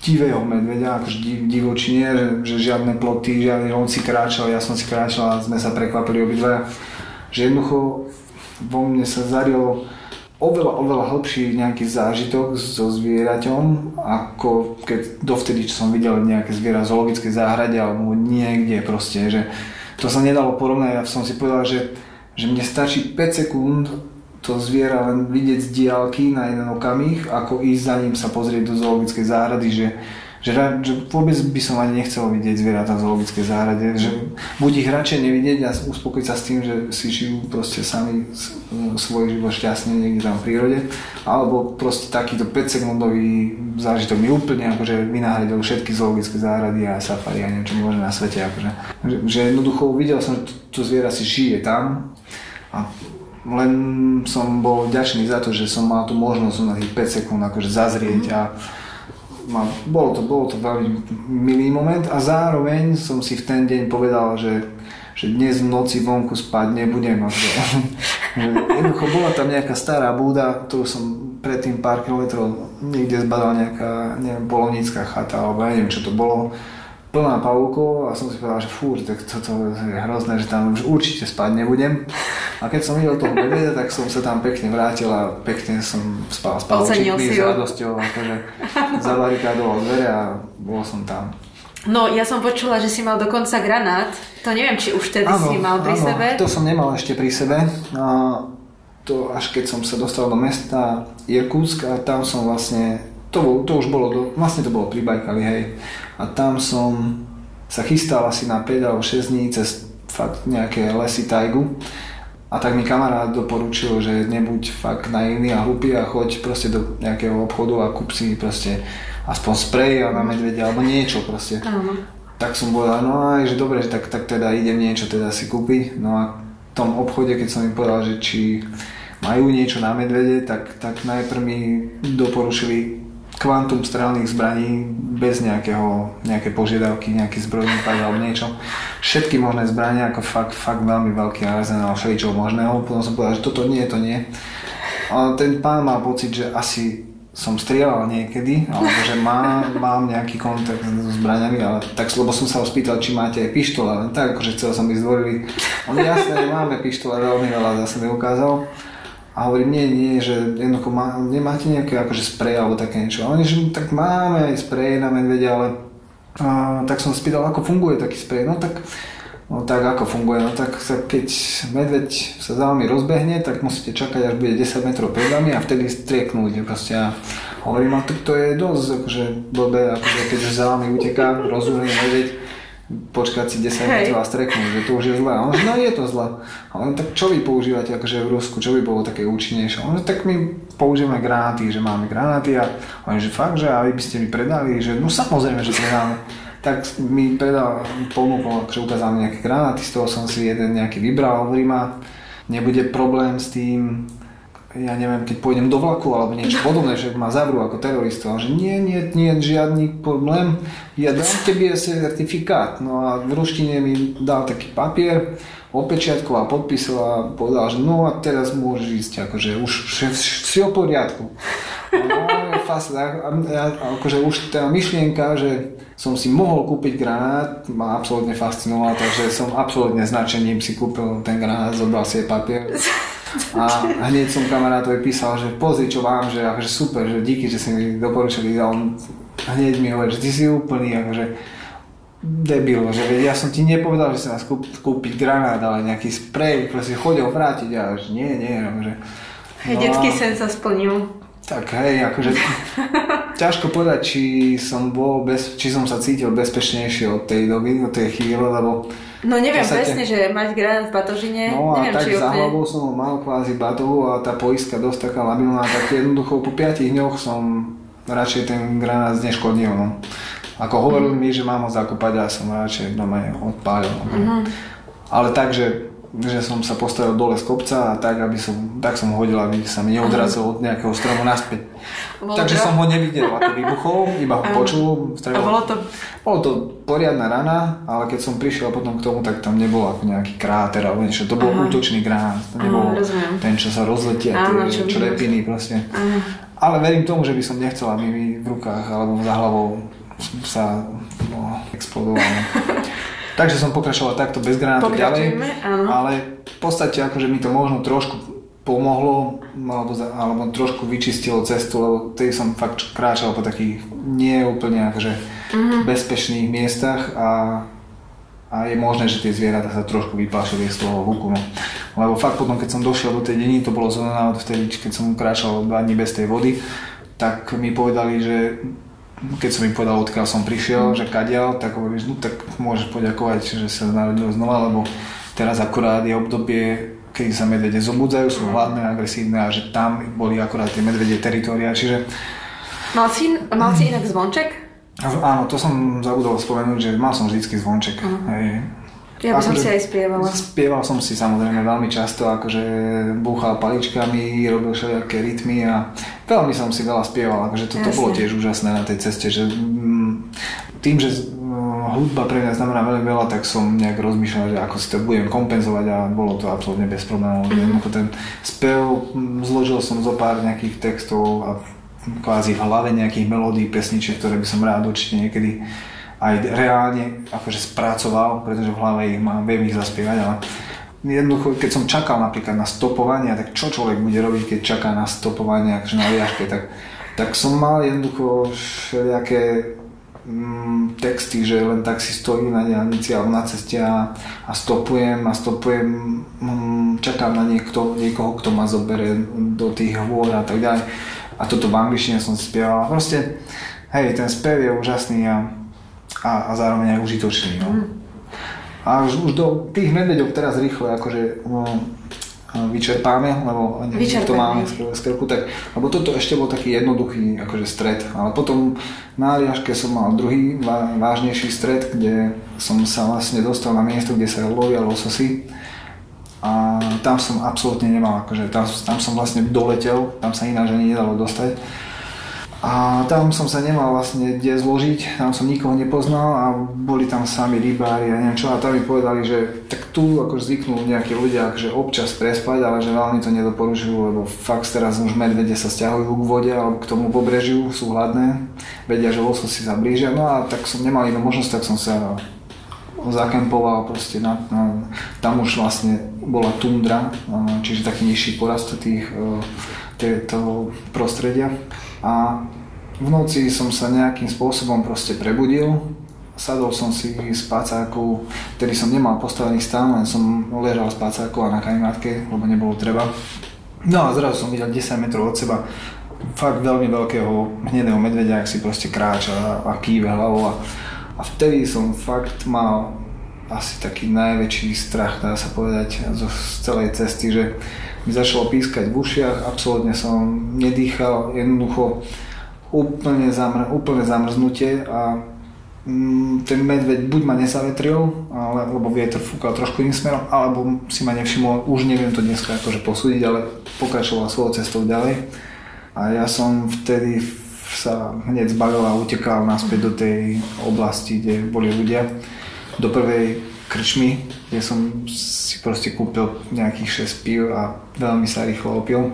divého medveďa, akože div, divočine, že, že žiadne ploty, žiadne, on si kráčal, ja som si kráčal a sme sa prekvapili obidvaja, že jednoducho vo mne sa zarilo oveľa, oveľa hlbší nejaký zážitok so zvieraťom, ako keď dovtedy, čo som videl nejaké zviera v zoologickej záhrade alebo niekde proste, že to sa nedalo porovnať. Ja som si povedal, že, že mne stačí päť sekúnd to zviera len vidieť z diaľky na jeden okamih, ako ísť za ním sa pozrieť do zoologickej záhrady, že, že, že vôbec by som ani nechcel vidieť zvieratá v zoologickej záhrade, že buď ich radšej nevidieť a uspokojiť sa s tým, že si žijú proste sami svoj život šťastne niekde tam v prírode, alebo proste takýto päť sekundový zážitok mi úplne akože vynahradil všetky zoologické záhrady a safari a niečo možné na svete, akože, že, že jednoducho videl som, že to zviera si žije tam a len som bol vďačný za to, že som mal tú možnosť na tých päť sekúnd akože zazrieť a ma, bolo, to, bolo to veľmi milý moment a zároveň som si v ten deň povedal, že, že dnes v noci vonku spať nebudem. Že, že jednoducho bola tam nejaká stará búda, ktorú som predtým pár kilometrov niekde zbadal nejaká neviem, polonická chata alebo ja neviem čo to bolo, plná pavúkov a som si povedal, že fú, tak toto je hrozné, že tam už určite spať nebudem. A keď som videl toho medveďa, tak som sa tam pekne vrátil a pekne som spal s pavúčikmi s radosťou, akože zabarikádoval dvere a bol som tam. No, ja som počula, že si mal dokonca granát. To neviem, či už tedy áno, si mal pri áno, sebe. To som nemal ešte pri sebe. A to až keď som sa dostal do mesta Irkutsk a tam som vlastne, to, bol, to už bolo, do, vlastne to bolo pri Bajkali, hej. A tam som sa chystal asi na päť alebo šesť dní cez fakt nejaké lesy, tajgu. A tak mi kamarát doporučil, že nebuď fakt naivný a hlupý a choď proste do nejakého obchodu a kúp si proste aspoň sprej na medvedia alebo niečo proste. Áno. Tak som povedal, no aj, že dobre, že tak, tak teda idem niečo teda si kúpiť. No a v tom obchode, keď som im povedal, že či majú niečo na medvede, tak, tak najprv mi doporučili kvantum strelných zbraní bez nejakého, nejaké požiadavky, nejaký zbrojný pás alebo niečo. Všetky možné zbrania, ako fakt, fakt veľmi veľký arzenál všeličoho možného. Potom som povedal, že toto nie, to nie. A ten pán mal pocit, že asi som strieľal niekedy, alebo že má, mám nejaký kontakt so zbraniami, ale tak, lebo som sa ho spýtal, či máte aj pištole, len tak, akože chcel som byť zdvorilý. On jasne, nemáme pištole, veľmi veľa zase neukázal. A hovorím, nie, nie, že jednoducho má, nemáte nejaké akože sprej alebo také niečo. A oni, že tak máme aj sprej na medvedia, ale a, tak som sa spýtal, ako funguje taký sprej. No tak, no tak ako funguje, no tak keď medveď sa za vami rozbehne, tak musíte čakať, až bude desať metrov pred vami a vtedy strieknúť. Proste a hovorím, a tak to je dosť akože blbé, akože keď už za vami uteká rozumný medveď, počkať si desať metrov a streknúť, že to už je zlé. A on že no je to zlé. Ale tak čo vy používate akože v Rusku, čo by bolo také účinnejšie? On že tak my používame granáty, že máme granáty a on že fakt, že a vy by ste mi predali, že no samozrejme, že predáme. Tak mi predal, ponúkol, že ukázal mi nejaké granáty, z toho som si jeden nejaký vybral, hovorím a nebude problém s tým, ja neviem, keď pôjdem do vlaku alebo niečo podobné, že ma zavrú ako teroristu. A že nie, nie, nie, žiadny problém, ja dám tebe certifikát. No a v ruštine mi dal taký papier, opečiatkoval a podpísal a povedal, že no a teraz môžeš ísť, akože už si o poriadku. No, fast, a, a, akože už tá myšlienka, že som si mohol kúpiť granát, ma absolútne fascinovala, takže som absolútne značením si kúpil ten granát, zobral si jej papier. A hneď som kamarátovi písal, že pozri čo vám, že akože super, že díky, že si mi doporučili a on hneď mi hovorí, že ty si úplný akože debil, že ja som ti nepovedal, že si nás kúp, kúpiť granát, ale nejaký sprej, proste choď ho vrátiť a že nie, nie, akože hej, no, detský sen sa splnil. Tak hej, akože ťažko povedať, či som bol bez, či som sa cítil bezpečnejšie od tej doby, od tej chvíle, lebo no neviem presne, že mať granát v batožine, no neviem, a tak či za hlavou som mal kvázi batohu a tá poistka dosť taká labilná, tak jednoducho po piatich dňoch som radšej ten granát zneškodnil, no. Ako hovorili mm. mi, že mám ho zakopať a som radšej doma odpálil. Mm-hmm. Ale tak, že že som sa postavil dole z kopca a tak, aby som, tak som ho hodil, aby sa mi neodrazil od nejakého stromu naspäť. Bolo Takže to? Som ho nevidel, ako vybuchol, iba ho počul. A bolo to? Bolo to poriadna rana, ale keď som prišiel potom k tomu, tak tam nebol ako nejaký kráter alebo niečo. To bol Aha. útočný granát. To nebol Aha, ten, čo sa rozletia, tie črepiny proste. Aha. Ale verím tomu, že by som nechcel, aby mi v rukách alebo za hlavou sa no, explodoval. Takže som pokračoval takto bez granátu ďalej, áno. Ale v podstate akože mi to možno trošku pomohlo, alebo, alebo trošku vyčistilo cestu, lebo tej som fakt kráčal po takých nie úplne akože mm-hmm. bezpečných miestach a, a je možné, že tie zvieratá sa trošku vyplášili z toho hluku. No. Lebo fakt potom, keď som došiel do tej dediny, to bolo zóna od vtedy, keď som kráčal dva dní bez tej vody, tak mi povedali, že keď som im povedal, odkiaľ som prišiel, mm. že kadiaľ, tak hovoríš, no tak môžeš poďakovať, že sa narodil znova, lebo teraz akurát je obdobie, keď sa medvede zobudzajú, sú hladné, agresívne a že tam boli akurát tie medvedie teritória, čiže... Mal si, mal si inak zvonček? Áno, to som zabudol spomenúť, že mal som vždycky zvonček. Uh-huh. Hej. Ja by som si aj spievala. Spieval som si samozrejme veľmi často, akože búchal paličkami, robil všelijaké rytmy a veľmi som si veľa spieval, akože to, to bolo tiež úžasné na tej ceste, že mm, tým, že hudba pre mňa znamená veľmi veľa, tak som nejak rozmýšľal, že ako si to budem kompenzovať a bolo to absolútne bez problémov. Mm-hmm. Ten spev, zložil som zo pár nejakých textov a kvázi v hlave nejakých melódií, pesničiek, ktoré by som rád určite niekedy aj reálne akože spracoval, pretože v hlave ich mám, viem ich zaspievať, ale jednoducho, keď som čakal napríklad na stopovanie, tak čo človek bude robiť, keď čaká na stopovanie, akože na liažke, tak, tak som mal jednoducho všelijaké mm, texty, že len tak si stojím na diaľnici alebo na ceste a, a stopujem a stopujem, mm, čakám na niekto, niekoho, kto ma zoberie do tých hôr a tak ďalej. A toto v angličtine som spieval. Proste, hej, ten spev je úžasný a A, a zároveň aj užitočný. No. Mm. A už, už do tých medveďov teraz rýchle akože no, vyčerpáme, lebo to máme z krku, tak, lebo toto ešte bol taký jednoduchý akože stret, ale potom na Aliaške som mal druhý vážnejší stret, kde som sa vlastne dostal na miesto, kde sa lovia lososy a tam som absolútne nemal, akože tam, tam som vlastne doletel, tam sa ináč ani nedalo dostať. A tam som sa nemal vlastne kde zložiť, tam som nikoho nepoznal a boli tam sami rybári a neviem čo a tam mi povedali, že tak tu akože zvyknú nejakí ľudia akože občas prespať, ale že veľmi to nedoporučujú, lebo fakt teraz už medvede sa sťahujú k vode alebo k tomu pobrežiu, sú hladné, vedia, že lososy sa blížia, no a tak som nemal inú možnosť, tak som sa zakempoval proste na, na, tam už vlastne bola tundra, čiže taký nižší porast tých, toho prostredia. A v noci som sa nejakým spôsobom proste prebudil, sadol som si z pacáku, vtedy som nemal postavený stan, len som ležal z pacáku a na kajmátke, lebo nebolo treba. No a zrazu som videl desať metrov od seba fakt veľmi veľkého hnedého medveďa, ak si proste kráča a kýve hlavou a, a vtedy som fakt mal asi taký najväčší strach, dá sa povedať, zo celej cesty, že mi začalo pískať v ušiach, absolútne som nedýchal, jednoducho úplne, zamr- úplne zamrznutie a mm, ten medveď buď ma nezavetril, ale, lebo vietor fúkal trošku iným smerom, alebo si ma nevšimol, už neviem to dneska akože posúdiť, ale pokračoval svojou cestou ďalej. A ja som vtedy sa hneď zbalil a utekal naspäť do tej oblasti, kde boli ľudia, do prvej krčmy, kde som si proste kúpil nejakých šesť pív a veľmi sa rýchlo opil.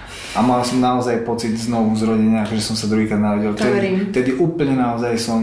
A mal som naozaj pocit znovu zrodenia, že som sa druhýkrát narodil. Tedy, tedy úplne naozaj som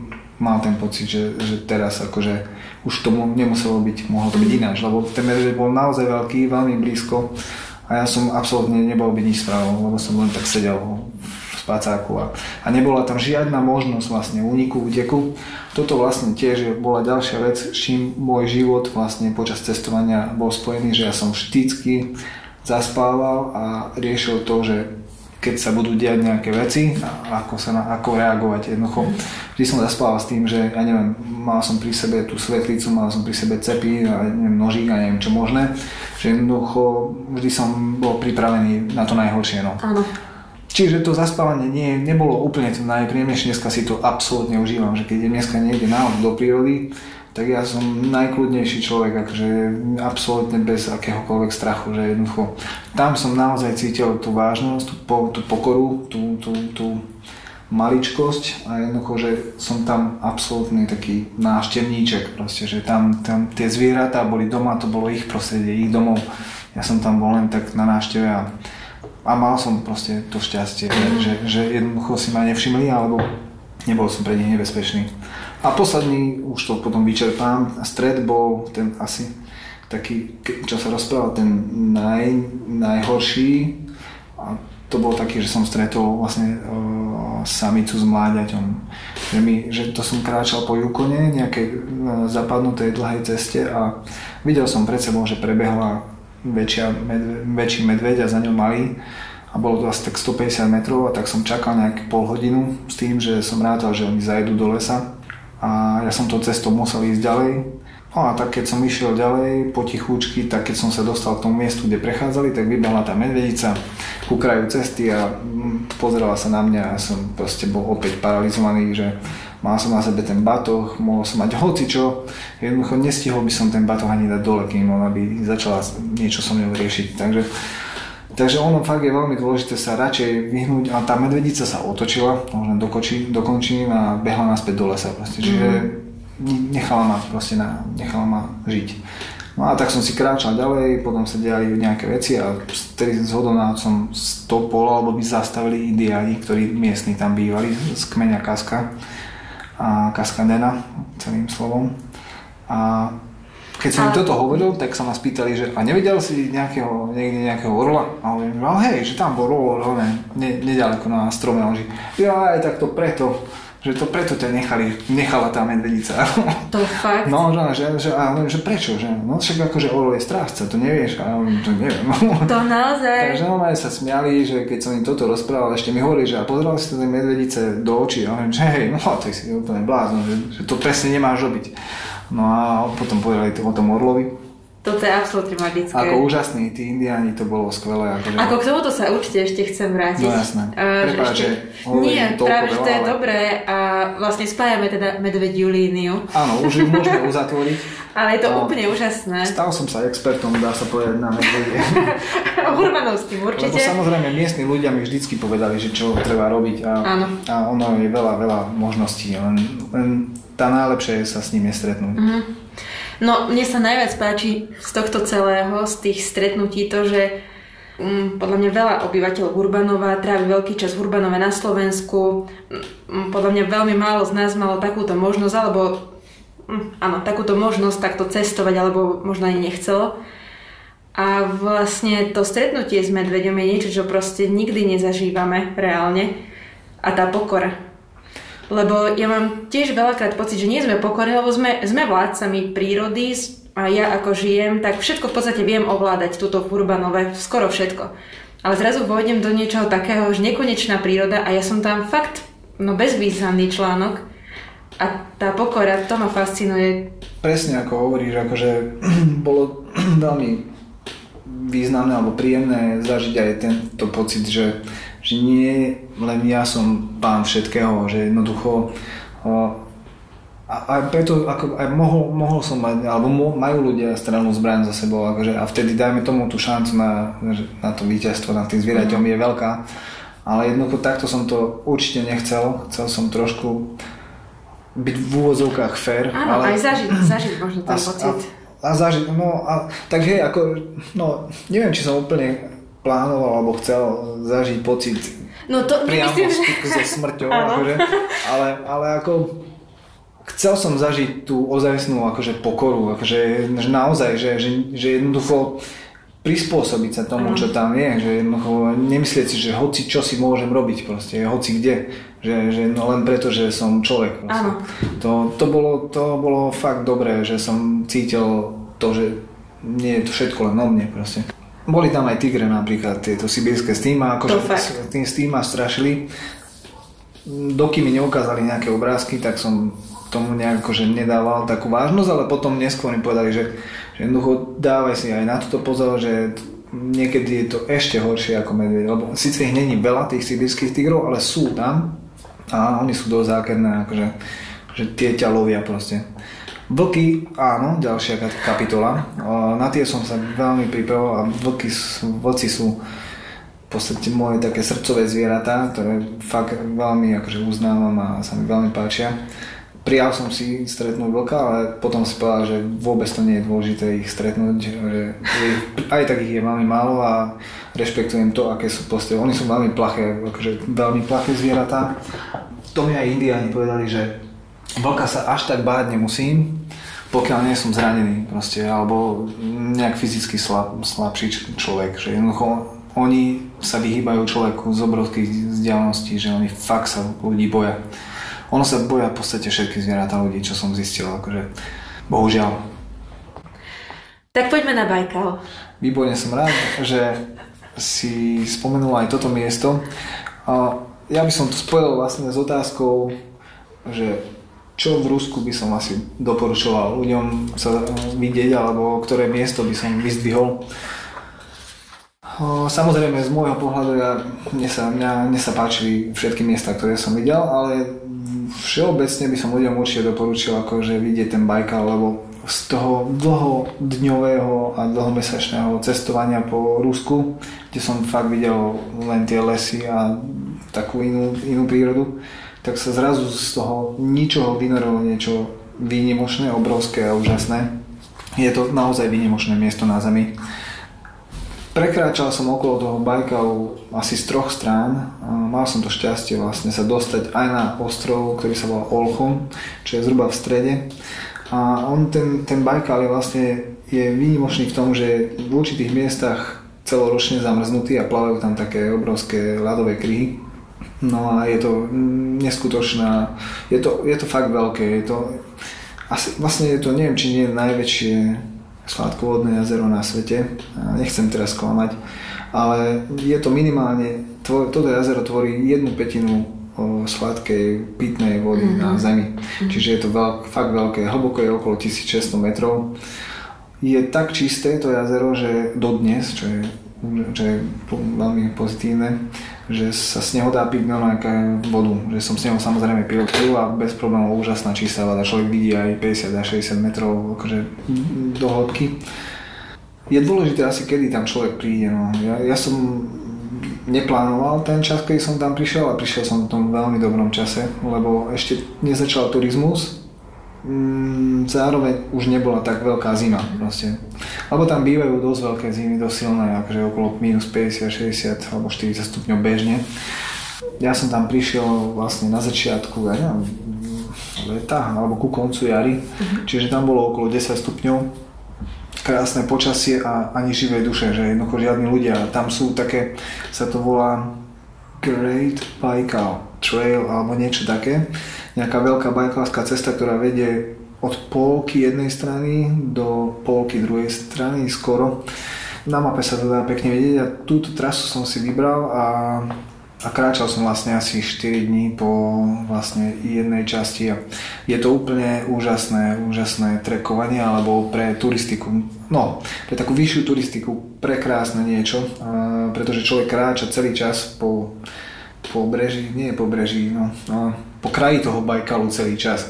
mal ten pocit, že, že teraz akože už tomu nemuselo byť, mohlo to byť ináč, lebo ten medveď bol naozaj veľký, veľmi blízko a ja som absolútne nebol byť nič správou, lebo som len tak sedel v spacáku a, a nebola tam žiadna možnosť vlastne úniku, úteku. Toto vlastne tiež bola ďalšia vec, s čím môj život vlastne počas cestovania bol spojený, že ja som vždycky zaspával a riešil to, že keď sa budú diať nejaké veci a ako, sa na, ako reagovať. Jednoducho vždy som zaspával s tým, že ja neviem, mal som pri sebe tú svetlicu, mal som pri sebe cepy a neviem, nožík a neviem čo možné, že jednoducho vždy som bol pripravený na to najhoršie. No. Áno. Čiže to zaspávanie nie, nebolo úplne to najpríjemnejšie, dneska si to absolútne užívam, že keď je dneska niekde náhod do prírody, tak ja som najkľudnejší človek, akože absolútne bez akéhokoľvek strachu, že jednoducho tam som naozaj cítil tú vážnosť, tú, po, tú pokoru, tú, tú, tú maličkosť a jednoducho, že som tam absolútny taký návštevníček proste, že tam, tam tie zvieratá boli doma, to bolo ich prostredie, ich domov, ja som tam bol len tak na návšteve a A mal som proste to šťastie, že, že, že jednoducho si ma nevšimli, alebo nebol som pre nich nebezpečný. A posledný, už to potom vyčerpám, stret bol ten asi taký, čo sa rozprával, ten naj, najhorší. A to bol taký, že som stretol vlastne uh, samicu s mláďaťom. Že, mi, že to som kráčal po Yukone, nejakej uh, zapadnutej dlhej ceste a videl som pred sebou, že prebehla väčšia, medve, väčší medveď a za ňou malý. A bolo to asi tak stopäťdesiat metrov a tak som čakal nejakú pol hodinu s tým, že som rátal, že oni zajdú do lesa. A ja som tou cestou musel ísť ďalej. No a tak keď som išiel ďalej potichúčky, tak keď som sa dostal k tomu miestu, kde prechádzali, tak vybehla tá medvedica ku kraju cesty a pozerala sa na mňa a ja som proste bol opäť paralizovaný, že mal som na sebe ten batoh, mohol som mať hocičo, jednoducho nestihol by som ten batoh ani dať dole, kým ona by začala niečo so mnou riešiť. Takže, takže ono fakt je veľmi dôležité sa radšej vyhnúť a tá medvedica sa otočila, možno do, koči, do končín a behla naspäť do lesa proste, čiže mm. nechala ma proste na, nechala ma žiť. No a tak som si kráčal ďalej, potom sa diali nejaké veci a vtedy zhodou náhod som stopol, alebo by zastavili indiáni, ktorí miestni tam bývali z kmeňa Kaska a Kaskadena, celým slovom. A keď som im toto hovoril, tak sa ma spýtali, že a nevidel si nejakého, niekde nejakého orla? A hovorím, že hej, že tam bol orol, ne, nedaleko na strome, on že ja aj tak to preto, že to preto ťa nechali, nechala tá medvedica. To fakt? No, že, že, a, že prečo? Že, no však akože orol je strážca, to nevieš, a to neviem. To naozaj? Takže no, sa smiali, že keď som im toto rozprával, ešte mi hovorili, že a pozeral si to tej medvedice do očí a hovorím, že hej, no to si úplne blázon, že, že to presne nemáš robiť. No a potom povedali o tom orlovi. Toto je absolútne magické. Ako úžasný, tí indiáni, to bolo skvelé. Akože... Ako k tomuto sa určite ešte chcem vrátiť. No jasné. Uh, Prepáč, že nie, práve, že to je ale... dobré a vlastne spájame teda medvediu líniu. Áno, už ju môžeme uzatvoriť. Ale je to no, úplne úžasné. Stal som sa expertom, dá sa povedať, na medvedie. Urbanovským určite. Lebo samozrejme miestni ľudia mi vždycky povedali, že čo treba robiť a, a ono je veľa, veľa možností, len, len tá najlepšie je sa s nimi stretnúť. Mm-hmm. No, mne sa najviac páči z tohto celého, z tých stretnutí to, že um, podľa mňa veľa obyvateľov Urbanova trávi veľký čas v Urbanove na Slovensku. Um, podľa mňa veľmi málo z nás malo takúto možnosť, alebo um, áno, takúto možnosť takto cestovať, alebo možno ani nechcelo. A vlastne to stretnutie s medveďom je niečo, čo proste nikdy nezažívame reálne. A tá pokora. Lebo ja mám tiež veľakrát pocit, že nie sme pokorní, lebo sme, sme vládcami prírody a ja ako žijem, tak všetko v podstate viem ovládať túto v Urbanove, skoro všetko. Ale zrazu vojdem do niečoho takého, že nekonečná príroda a ja som tam fakt no bezvýznamný článok a tá pokora, to ma fascinuje. Presne ako hovoríš, akože bolo veľmi významné alebo príjemné zažiť aj tento pocit, že že nie len ja som pán všetkého, že jednoducho a aj preto ako, aj mohol, mohol som mať, alebo majú ľudia strelnú zbraň za sebou akože, a vtedy dajme tomu tú šancu na, na to víťazstvo nad tým zvieraťom je veľká, ale jednoducho takto som to určite nechcel, chcel som trošku byť v úvodzovkách fair. Áno, ale... aj zažiť, zažiť možno ten a, pocit. A, a zažiť, no a takže ako, no neviem, či som úplne plánoval alebo chcel zažiť pocit no to, priamo myslím, styku so smrťou, akože, ale, ale ako chcel som zažiť tú ozajstnú akože pokoru, akože, že naozaj, že, že, že jednoducho prispôsobiť sa tomu, čo tam je, že jednoducho nemyslieť si, že hoci čo si môžem robiť proste, hoci kde, že, že no len preto, že som človek proste. To, to, bolo, to bolo fakt dobré, že som cítil to, že nie je to všetko len o mne proste. Boli tam aj tigre napríklad, tieto sibírske, s tým ma akože, tým, s tým ma strašili. Dokým mi neukázali nejaké obrázky, tak som tomu nejako že nedával takú vážnosť, ale potom neskôr mi povedali, že, že jednoducho dávaj si aj na toto pozor, že niekedy je to ešte horšie ako medveď, lebo síce ich není veľa tých sibírskych tigrov, ale sú tam a oni sú dosť zákerné, akože, že tie ťa lovia proste. Vlky, áno, ďalšia kapitola. Na tie som sa veľmi pripravoval a vlky sú, vlci sú v podstate moje také srdcové zvieratá, ktoré fakt veľmi akože uznávam a sa mi veľmi páčia. Prijal som si stretnúť vlka, ale potom si povedal, že vôbec to nie je dôležité ich stretnúť, že aj tak ich je veľmi málo a rešpektujem to, aké sú proste. Oni sú veľmi plaché, akože veľmi plaché zvieratá. to mi aj Indiáni povedali, že vlka sa až tak báť nemusím, pokiaľ nie som zranený proste, alebo nejak fyzicky slab, slabší človek, že jednoducho oni sa vyhýbajú človeku z obrovských vzdialeností, že oni fakt sa ľudí boja. Ono sa boja v podstate všetky zvieratá ľudí, čo som zistil, akože bohužiaľ. Tak poďme na Bajkal. Výborne, som rád, že si spomenula aj toto miesto. A ja by som to spojil vlastne s otázkou, že čo v Rusku by som asi doporučoval ľuďom sa vidieť, alebo ktoré miesto by som vyzdvihol. Samozrejme, z môjho pohľadu, ja, mne, sa, mňa, mne sa páčili všetky miesta, ktoré som videl, ale všeobecne by som ľuďom určite doporučil akože vidieť ten Bajkal, lebo z toho dlhodňového a dlhomesačného cestovania po Rusku, kde som fakt videl len tie lesy a takú inú, inú prírodu, tak sa zrazu z toho ničoho vynorilo niečo výnimočné, obrovské a úžasné. Je to naozaj výnimočné miesto na Zemi. Prekráčal som okolo toho Bajkalu asi z troch strán. Mal som to šťastie vlastne sa dostať aj na ostrov, ktorý sa volá Olchon, čo je zhruba v strede. A on, ten, ten Bajkal je vlastne je výnimočný v tom, že v určitých miestach celoročne zamrznutý a plavajú tam také obrovské ľadové kryhy. No a je to neskutočná, je to, je to fakt veľké, je to, asi, vlastne je to, neviem, či nie je najväčšie sladkovodné jazero na svete, nechcem teraz klamať, ale je to minimálne, tvoj, toto jazero tvorí jednu pätinu sladkej pitnej vody mm-hmm. na Zemi, čiže je to veľk, fakt veľké, hlboko je okolo tisícšesťsto metrov, je tak čisté to jazero, že dodnes, čo je, čo je veľmi pozitívne, že sa z neho dá piť normálne vodu, že som z neho samozrejme pil pil a bez problémov úžasná čistá voda, človek vidí aj päťdesiat až šesťdesiat metrov akože do hĺbky. Je dôležité asi, kedy tam človek príde, no. ja, ja som neplánoval ten čas, keď som tam prišiel a prišiel som v tom veľmi dobrom čase, lebo ešte nezačal turizmus, zároveň už nebola tak veľká zima proste. Lebo tam bývajú dosť veľké zimy, dosť silné, akože okolo minus päťdesiat, šesťdesiat alebo štyridsať stupňov bežne. Ja som tam prišiel vlastne na začiatku, ja neviem, leta alebo ku koncu jary, mm-hmm. čiže tam bolo okolo desať stupňov. Krásne počasie a ani živej duše, že jednoducho žiadni ľudia. Tam sú také, sa to volá Great Baikal Trail alebo niečo také. Nejaká veľká bajkalská cesta, ktorá vedie od polky jednej strany do polky druhej strany skoro. Na mape sa to dá pekne vidieť a túto trasu som si vybral a, a kráčal som vlastne asi štyri dní po vlastne jednej časti. A je to úplne úžasné, úžasné trekovanie alebo pre turistiku, no pre takú vyššiu turistiku prekrásne niečo, a, pretože človek kráča celý čas po po breží, nie po breží, no, no po kraji toho Bajkalu celý čas.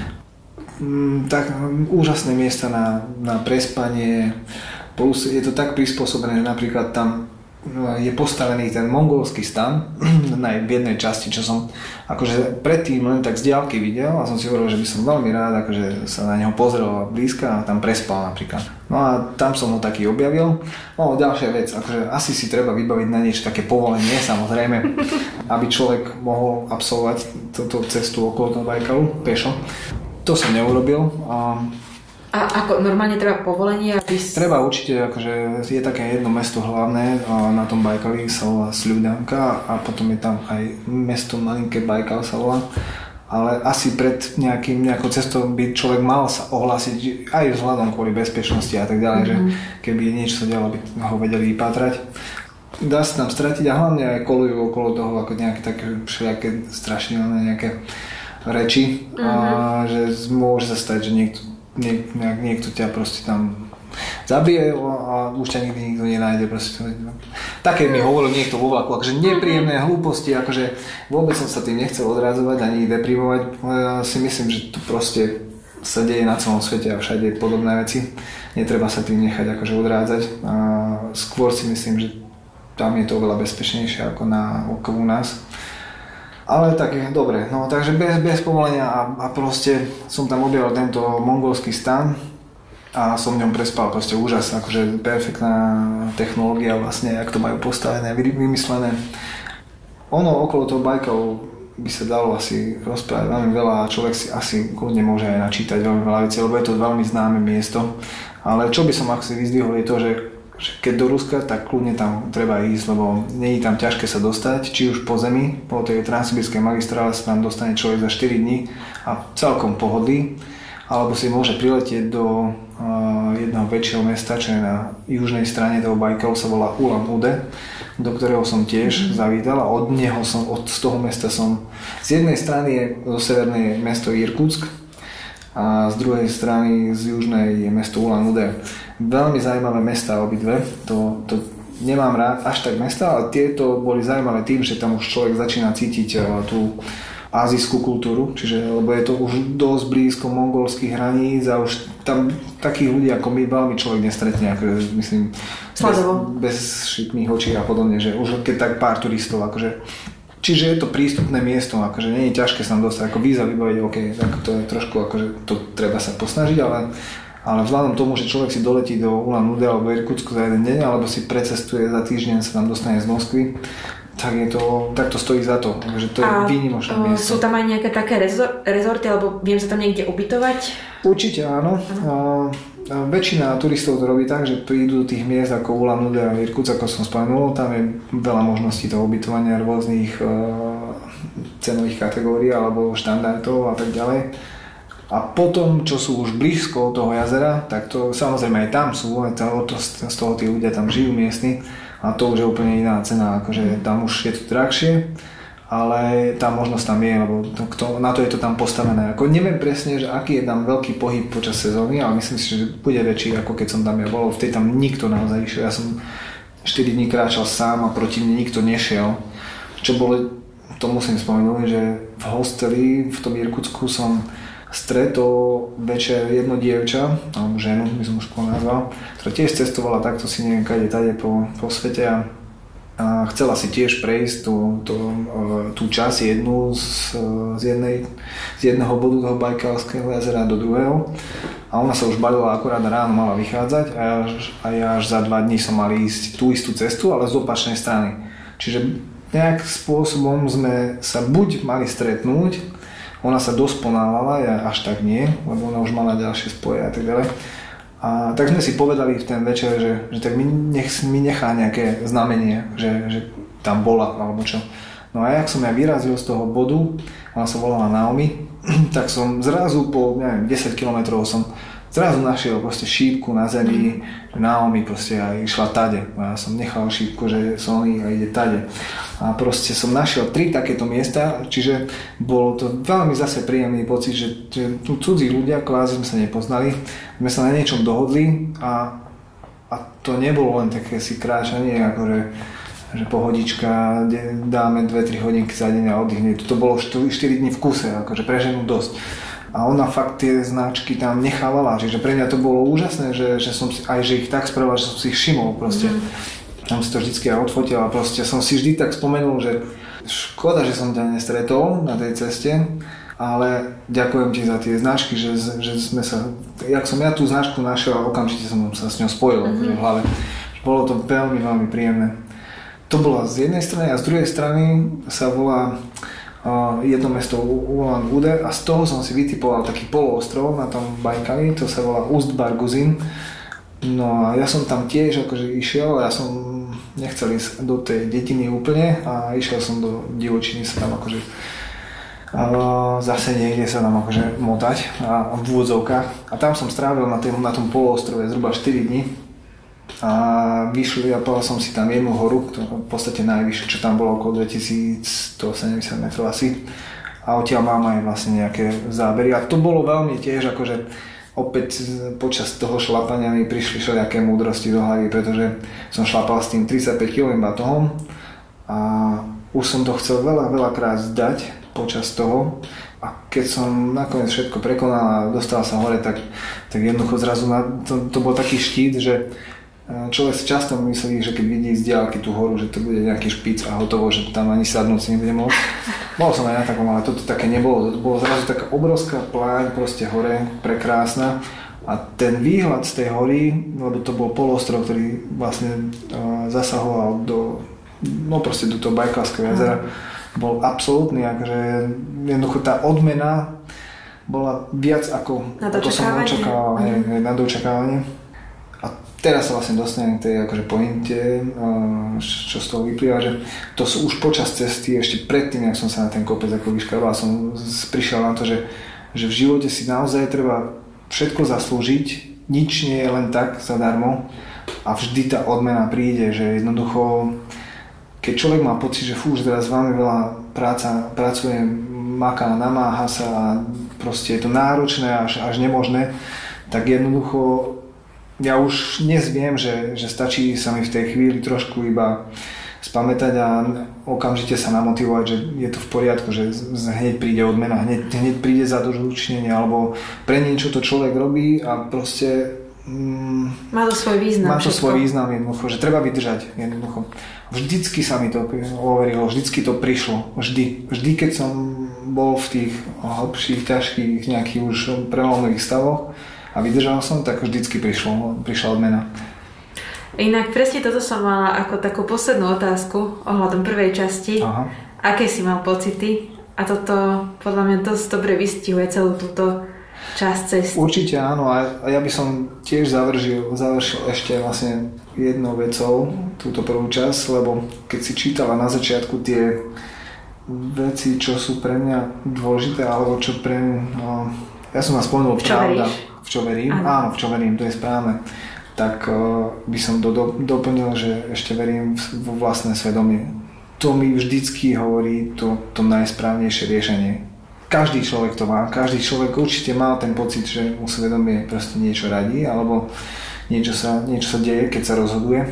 Mm, tak úžasné miesta na, na prespanie, plus je to tak prispôsobené, že napríklad tam je postavený ten mongolský stan na jednej časti, čo som akože predtým len tak z diaľky videl a som si hovoril, že by som veľmi rád akože sa na neho pozrel blízka a tam prespal napríklad. No a tam som ho taký objavil. No ďalšia vec, akože asi si treba vybaviť na niečo také povolenie, samozrejme, aby človek mohol absolvovať túto cestu okolo toho Bajkalu pešo. To som neurobil. A A ako normálne treba povolenie, aby... Treba určite, akože je také jedno mesto hlavné na tom Bajkali, sa volá Sľuďanka a potom je tam aj mesto malinké Bajkal sa volá. Ale asi pred nejakým, nejakou cestou by človek mal sa ohlásiť aj vzhľadom kvôli bezpečnosti a tak ďalej, mm-hmm. že keby niečo sa dialo, by ho vedeli vypátrať. Dá sa tam stratiť a hlavne aj kolujú okolo toho ako nejaké také všelijaké strašné nejaké reči, mm-hmm. a že môže sa stať, že niekto Nie, nejak, niekto ťa proste tam zabije a už ťa nikdy nikto nenájde. Proste. Také mi hovoril niekto vo vlaku, akože nepríjemné hlúposti, akože vôbec som sa tým nechcel odradzovať ani deprimovať. Ja si myslím, že to proste sa deje na celom svete a všade podobné veci. Netreba sa tým nechať akože odrádzať. A skôr si myslím, že tam je to oveľa bezpečnejšie ako, na, ako u nás. Ale tak je dobre, no takže bez, bez povolenia a, a proste som tam objavil tento mongolský stan a som v ňom prespal, proste úžas, akože perfektná technológia vlastne, jak to majú postavené, vymyslené. Ono okolo toho Bajkalu by sa dalo asi rozprávať veľmi veľa a človek si asi kľudne môže aj načítať veľmi veľa vecí, lebo je to veľmi známe miesto. Ale čo by som asi vyzdvihol je to, že, že keď do Ruska, tak kľudne tam treba ísť, lebo nie je tam ťažké sa dostať, či už po zemi, po tej transsibírskej magistrále sa tam dostane človek za štyri dní a celkom pohodlí, alebo si môže priletieť do uh, jedného väčšieho mesta, čo je na južnej strane toho Bajkalu, sa volá Ulan-Ude, do ktorého som tiež zavítal a od neho som, od z toho mesta som, z jednej strany je zo severnej mesto Irkutsk a z druhej strany z južnej je mesto Ulan-Ude. Veľmi zaujímavé mesta obidve, to, to nemám rád až tak mesta, ale tieto boli zaujímavé tým, že tam už človek začína cítiť uh, tú azijskú kultúru, čiže lebo je to už dosť blízko mongolských hraníc a už tam takých ľudí ako my veľmi človek nestretne, akože myslím bez, bez šikmých očí a podobne, že už keď tak pár turistov, akože čiže je to prístupné miesto, akože nie je ťažké sa tam dostať, ako víza vybaviť, ok, tak to je trošku, akože to treba sa posnažiť, ale ale vzhľadom tomu, že človek si doletí do Ulan-Ude alebo Irkutsku za jeden deň, alebo si precestuje za týždeň, sa tam dostane z Moskvy, tak, je to, tak to stojí za to, že to je výnimočné miesto. Sú tam aj nejaké také rezor, rezorty, alebo viem sa tam niekde ubytovať? Určite áno. A, a väčšina turistov to robí tak, že prídu do tých miest ako Ulan-Ude a Irkutsk, ako som spomenul, tam je veľa možností toho ubytovania rôznych uh, cenových kategórií alebo štandardov a tak ďalej. A potom, čo sú už blízko toho jazera, tak to samozrejme aj tam sú, aj to, z toho tí ľudia tam žijú miestni. A to už je úplne iná cena, akože tam už je to drahšie, ale tá možnosť tam je, lebo to, to, na to je to tam postavené. Ako neviem presne, že aký je tam veľký pohyb počas sezóny, ale myslím si, že bude väčší, ako keď som tam ja bol. Vtedy tam nikto naozaj išiel. Ja som štyri dní kráčal sám a proti mne nikto nešiel. Čo bolo, to musím spomenúť, že v hosteli v tom Irkutsku som stretol večer jedno dievča, alebo ženu, by som už nazval, ktorá tiež cestovala takto si neviem kade tade po, po svete a, a chcela si tiež prejsť tú, tú, tú časť jednu z, z, jednej, z jedného bodu toho Bajkalského jazera do druhého a ona sa už balila, akorát ráno mala vychádzať a ja, a ja až za dva dní som mal ísť tú istú cestu, ale z opačnej strany. Čiže nejak spôsobom sme sa buď mali stretnúť, ona sa dosť ponáhľala, ja až tak nie, lebo ona už mala ďalšie spoje a tak ďalej. A tak sme si povedali v ten večer, že, že tak mi, nech, mi nechá nejaké znamenie, že, že tam bola alebo čo. No a jak som ja vyrazil z toho bodu, ona sa volala Naomi, tak som zrazu po neviem, desať kilometrov som zrazu našiel proste šípku na zemi, že Naomi proste aj išla tade. A ja som nechal šípku, že Sony a ide tade. A proste som našiel tri takéto miesta, čiže bolo to veľmi zase príjemný pocit, že, že tu cudzí ľudia, kvázi sme sa nepoznali, sme sa na niečom dohodli a, a to nebolo len také si kráčanie, akože že pohodička, dáme dve tri hodinky za deň a oddychne. To bolo štyri dni v kuse, akože preženú dosť. A ona fakt tie značky tam nechávala, čiže pre mňa to bolo úžasné, že, že som si, aj že ich tak spravila, že som si ich všimol proste. Mm. Tam si to vždycky aj odfotil a proste som si vždy tak spomenul, že škoda, že som ťa nestretol na tej ceste, ale ďakujem ti za tie značky, že, že sme sa, jak som ja tú značku našiel a okamžite som sa s ňou spojil mm-hmm. v hlave. Bolo to veľmi, veľmi príjemné. To bolo z jednej strany a z druhej strany sa volá Uh, jedno mesto Ulan-Ude a z toho som si vytipoval taký poloostrov na tom Bajkali, to sa volá Ust-Barguzin. No a ja som tam tiež akože išiel, ja som nechcel ísť do tej dediny úplne a išiel som do divočiny sa tam akože uh, zase niekde sa tam akože motať a v úvodzovkách. A tam som strávil na, tým, na tom poloostrove zhruba štyri dni. A vyšli a povedal som si tam jednu horu, to v podstate najvyššie, čo tam bolo okolo dvetisícstosedemdesiat metrov asi. A odtiaľ mám aj vlastne nejaké zábery. A to bolo veľmi tiež, akože opäť počas toho šlapania mi prišli všelijaké múdrosti do hlavy, pretože som šlapal s tým tridsaťpäť kilogramov batohom a už som to chcel veľa, veľa krát zdať počas toho. A keď som nakoniec všetko prekonal a dostal sa hore, tak, tak jednoducho zrazu na, to, to bol taký štít, že človek si často myslí, že keď vidí z diaľky tú horu, že to bude nejaký špic a hotovo, že tam ani sadnúť si nebude môcť. Bol som aj na takom, ale toto také nebolo. To bolo zrazu taká obrovská pláň proste hore, prekrásna. A ten výhľad z tej hory, lebo to bol poloostrov, ktorý vlastne uh, zasahoval do, no proste do toho Bajkalského jazera, bol absolútny, akože jednoducho tá odmena bola viac ako, ako som očakával, hej, hej, na dočakávanie. A teraz sa vlastne dostanem k tej akože pointe, čo z toho vyplýva, že to sú už počas cesty, ešte predtým, jak som sa na ten kopec ako vyškarbal, som prišiel na to, že, že v živote si naozaj treba všetko zaslúžiť, nič nie je len tak zadarmo a vždy tá odmena príde, že jednoducho keď človek má pocit, že fú, že teraz veľmi veľa práca, pracuje, maká, namáha sa a proste je to náročné až, až nemožné, tak jednoducho ja už dnes viem, že, že stačí sa mi v tej chvíli trošku iba spamätať a okamžite sa namotivovať, že je to v poriadku, že hneď príde odmena, hneď, hneď príde zadozučinenie alebo pre niečo to človek robí a proste mm, má to svoj význam. Má to všetko. svoj význam jednoducho, že treba vydržať jednoducho. Vždycky sa mi to overilo, vždycky to prišlo, vždy. Vždy, keď som bol v tých hlbších, ťažkých nejakých už prelomových stavoch a vydržal som, tak vždycky prišlo, prišla odmena. Inak presne toto som mala ako takú poslednú otázku ohľadom prvej časti. Aha. Aké si mal pocity? A toto podľa mňa dosť dobre vystihuje celú túto časť cesty. Určite áno a ja by som tiež završil, završil ešte vlastne jednou vecou túto prvú časť, lebo keď si čítala na začiatku tie veci, čo sú pre mňa dôležité, alebo čo pre mňa, no, ja som vás spomenul pravda, v čo verím, áno. áno, v čo verím, to je správne, tak uh, by som do, do, doplnil, že ešte verím vo vlastné svedomie. To mi vždycky hovorí to, to najsprávnejšie riešenie. Každý človek to má, každý človek určite má ten pocit, že mu svedomie proste niečo radí, alebo niečo sa, niečo sa deje, keď sa rozhoduje.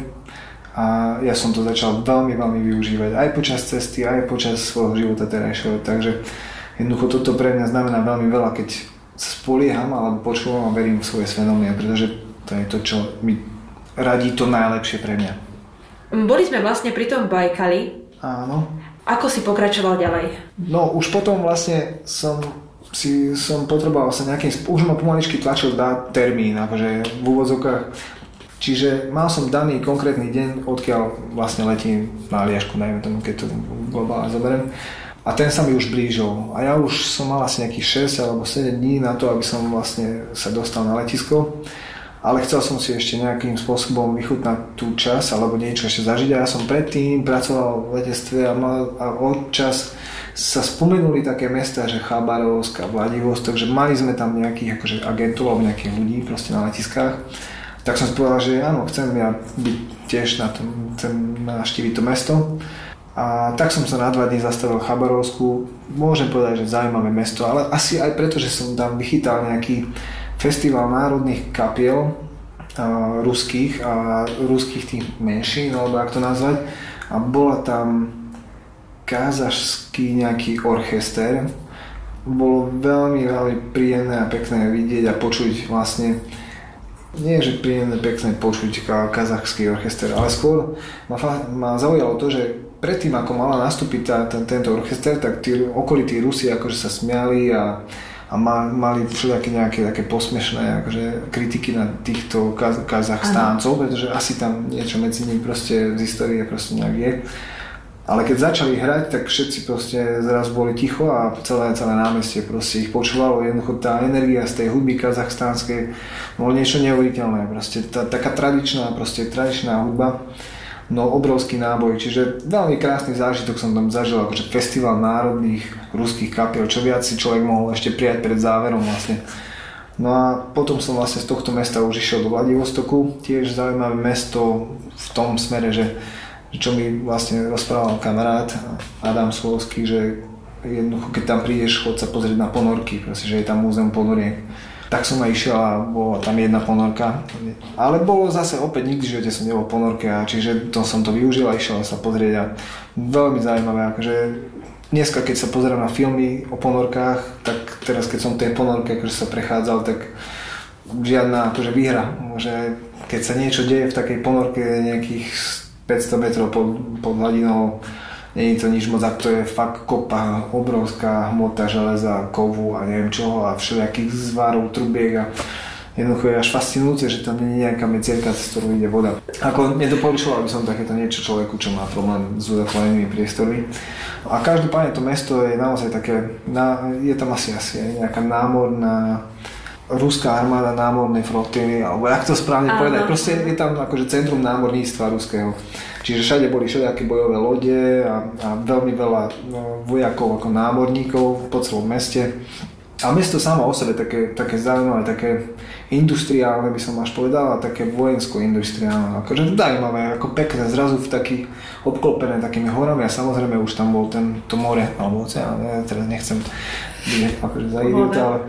A ja som to začal veľmi, veľmi využívať aj počas cesty, aj počas svojho života terajšieho. Takže jednoducho toto pre mňa znamená veľmi veľa, keď sa spolieham alebo počúvam a verím v svoje svedomie, pretože to je to, čo mi radí to najlepšie pre mňa. Boli sme vlastne pri tom Bajkali. Áno. Ako si pokračoval ďalej? No už potom vlastne som si som potreboval sa nejakým, už ma pomaličky tlačil dať termín, akože v úvodzovkách. Čiže mal som daný konkrétny deň, odkiaľ vlastne letím na Aliašku, najmä tomu, keď to globálne zoberiem. A ten sa mi už blížil. A ja už som mal asi nejakých šesť alebo sedem dní na to, aby som vlastne sa dostal na letisko. Ale chcel som si ešte nejakým spôsobom vychutnať tú čas alebo niečo ešte zažiť. A ja som predtým pracoval v letectve a, mal, a odčas sa spomenuli také mesta, že Chabarovsk a Vladivostok, že mali sme tam nejakých akože agentov alebo nejakých ľudí proste na letiskách. Tak som si povedal, že áno, chcem ja byť tiež na tom, chcem navštíviť to mesto. A tak som sa na dva dní zastavil v Chabarovsku. Môžem povedať, že zaujímavé mesto, ale asi aj preto, že som tam vychytal nejaký festival národných kapiel a, ruských a ruských tých menšín, alebo ako to nazvať. A bola tam kazašský nejaký orchester. Bolo veľmi, veľmi príjemné a pekné vidieť a počuť vlastne, nie že príjemné, pekné počuť kazachský orchester, ale skôr ma, ma zaujalo to, že predtým, ako mala nastúpiť tá, ten, tento orchester, tak tí okolití Rusi akože sa smiali a a mali všelijaké nejaké také posmešné akože kritiky na týchto kaz- Kazachstáncov, pretože asi tam niečo medzi nimi proste z histórie proste nejak je. Ale keď začali hrať, tak všetci proste zrazu boli ticho a celé, celé námestie proste ich počúvalo. Jednoducho tá energia z tej hudby kazachstánskej bolo niečo neuveriteľné. Proste tá, taká tradičná, proste tradičná hudba. No obrovský náboj, čiže veľmi krásny zážitok som tam zažil, akože festival národných ruských kapiel, čo viac si človek mohol ešte prijať pred záverom vlastne. No a potom som vlastne z tohto mesta už išiel do Vladivostoku, tiež zaujímavé mesto v tom smere, že čo mi vlastne rozprával kamarát Adam Svolský, že jednoducho keď tam prídeš, chod sa pozrieť na ponorky, proste, že je tam múzeum ponoriek. Tak som aj išiel a bola tam jedna ponorka. Ale bolo zase opäť nikdy v živote som nebol ponorke, a čiže to som to využil a išiel sa pozrieť a veľmi zaujímavé. Akože dneska, keď sa pozerám na filmy o ponorkách, tak teraz keď som v tej ponorke akože sa prechádzal, tak žiadna akože výhra. Že keď sa niečo deje v takej ponorke nejakých päťsto metrov pod, pod hladinou, nie je to nič moc, ak to je fakt kopa, obrovská hmota železa, kovu a neviem čoho a všelijakých zvarov, trubiek a jednoducho je až fascinujúce, že tam nie je nejaká medzierka, cez ktorú ide voda. Ako nedoporučoval by som takéto niečo človeku, čo má problém s uzatvorenými priestormi. A každopádne to mesto je naozaj také, je tam asi, asi aj nejaká námorná, ruská armáda námornej flotily, alebo jak to správne Áno. povedať, proste je tam akože centrum námorníctva ruského. Čiže všade boli všelijaké bojové lode a, a veľmi veľa no, vojakov ako námorníkov po celom meste. A mesto samo o sebe také, také zaujímavé, také industriálne by som až povedal, a také vojensko-industriálne, akože zaujímavé, ako pekné, zrazu v takých obklopené takými horami a samozrejme už tam bol ten, to more, alebo oceán, ja teraz nechcem byť akože za idiota, ale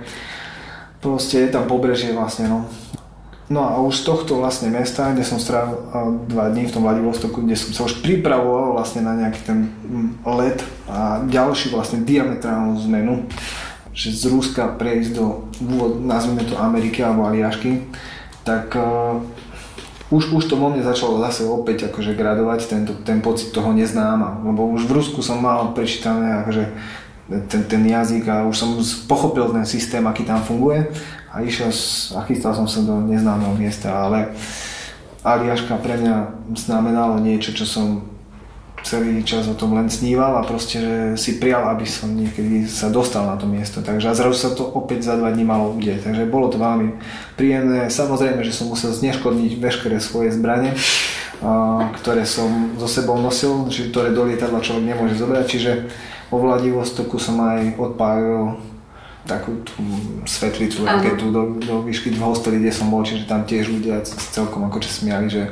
proste je tam pobrežie vlastne, no. No a už z tohto vlastne mesta, kde som strávil dva dní v tom Vladivostoku, kde som sa už pripravoval vlastne na nejaký ten let a ďalšiu vlastne diametrálnu zmenu, že z Ruska prejsť do, nazvime to Ameriky alebo Aliašky, tak uh, už, už to vo mne začalo zase opäť akože gradovať tento, ten pocit toho neznáma, lebo už v Rusku som mal prečítané akože ten, ten jazyk a už som pochopil ten systém, aký tam funguje a išiel a chystal som sa do neznámeho miesta, ale Aliaška pre mňa znamenalo niečo, čo som celý čas o tom len sníval a proste, že si prial, aby som niekedy sa dostal na to miesto. Takže a zrazu sa to opäť za dva dní malo udieť. Takže bolo to veľmi príjemné. Samozrejme, že som musel zneškodniť veškeré svoje zbrane, ktoré som so sebou nosil, ktoré do lietadla človek nemôže zobrať. Čiže vo Vladivostoku som aj odpálil takú tú svetlicu, raketu do, do výšky v hosteli, kde som bol, čiže tam tiež ľudia celkom akože smiali, že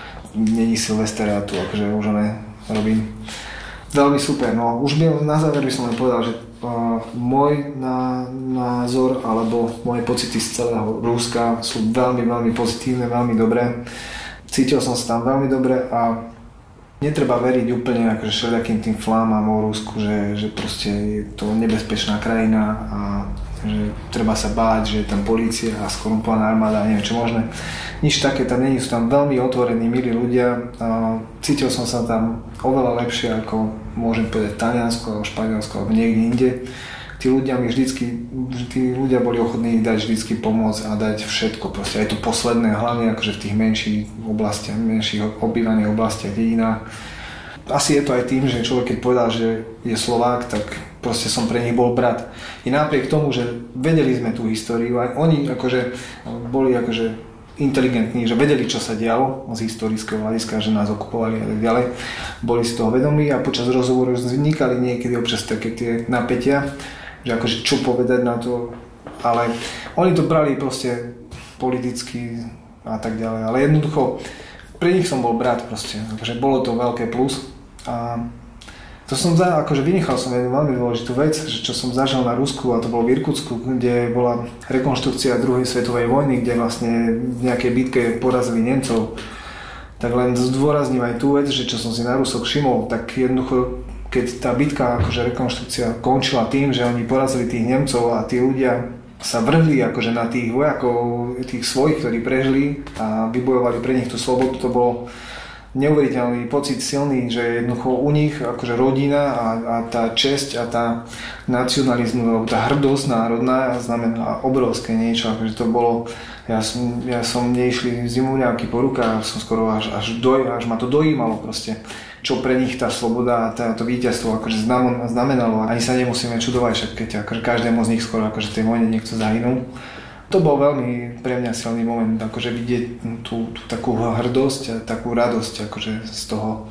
není Silvester a tu akože už ne robím. Veľmi super, no už by, na záver by som len povedal, že uh, môj na, názor alebo moje pocity z celého Ruska sú veľmi, veľmi pozitívne, veľmi dobré. Cítil som sa tam veľmi dobre a netreba veriť úplne akože všelijakým tým flámam o Rusku, že, že proste je to nebezpečná krajina a že treba sa báť, že je tam polícia a skorumpovaná armáda a neviem čo možné. Nič také tam není, sú tam veľmi otvorení, milí ľudia. Cítil som sa tam oveľa lepšie ako môžem povedať v Taliansku alebo Španielsku alebo niekde inde. Tí ľudia mi vždycky, tí ľudia boli ochotní dať vždycky pomôcť a dať všetko, proste aj to posledné, hlavne akože v tých menších oblastiach, menších obývaných oblastiach, dedinách. Asi je to aj tým, že človek keď povedal, že je Slovák, tak proste som pre nich bol brat. I napriek tomu, že vedeli sme tú históriu, aj oni akože boli akože inteligentní, že vedeli, čo sa dialo z historického hľadiska, že nás okupovali a tak ďalej. Boli z toho vedomí a počas rozhovoru vznikali niekedy občas také tie napätia, že akože čo povedať na to, ale oni to brali proste politicky a tak ďalej, ale jednoducho pre nich som bol brat proste, akože bolo to veľké plus a to som za, akože vynechal som jednu veľmi dôležitú vec, že čo som zažil na Rusku, a to bolo v Irkutsku, kde bola rekonštrukcia druhej svetovej vojny, kde vlastne v nejakej bitke porazili Nemcov. Tak len zdôrazním aj tú vec, že čo som si na Rusok všimol, tak jednoducho, keď tá bitka, akože rekonštrukcia končila tým, že oni porazili tých Nemcov a tí ľudia sa vrhli akože na tých vojakov, tých svojich, ktorí prežili a vybojovali pre nich tú slobodu, to bolo neuveriteľný pocit silný, že jednoducho u nich akože rodina a, a tá česť a tá nacionalizmus, tá hrdosť národná znamená obrovské niečo, akože to bolo, ja som, ja som neišli zimuňáky po rukách, som skoro až, až, doj, až ma to dojímalo proste, čo pre nich tá sloboda a tá, to víťazstvo akože znamenalo. Ani sa nemusíme čudovať, však keď akože každému z nich skoro akože v tej vojne niekto zahynul. To bol veľmi pre mňa silný moment, akože vidieť tú, tú takú hrdosť a takú radosť akože z toho,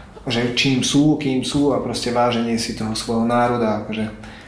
že čím sú, kým sú a proste váženie si toho svojho národa. Akože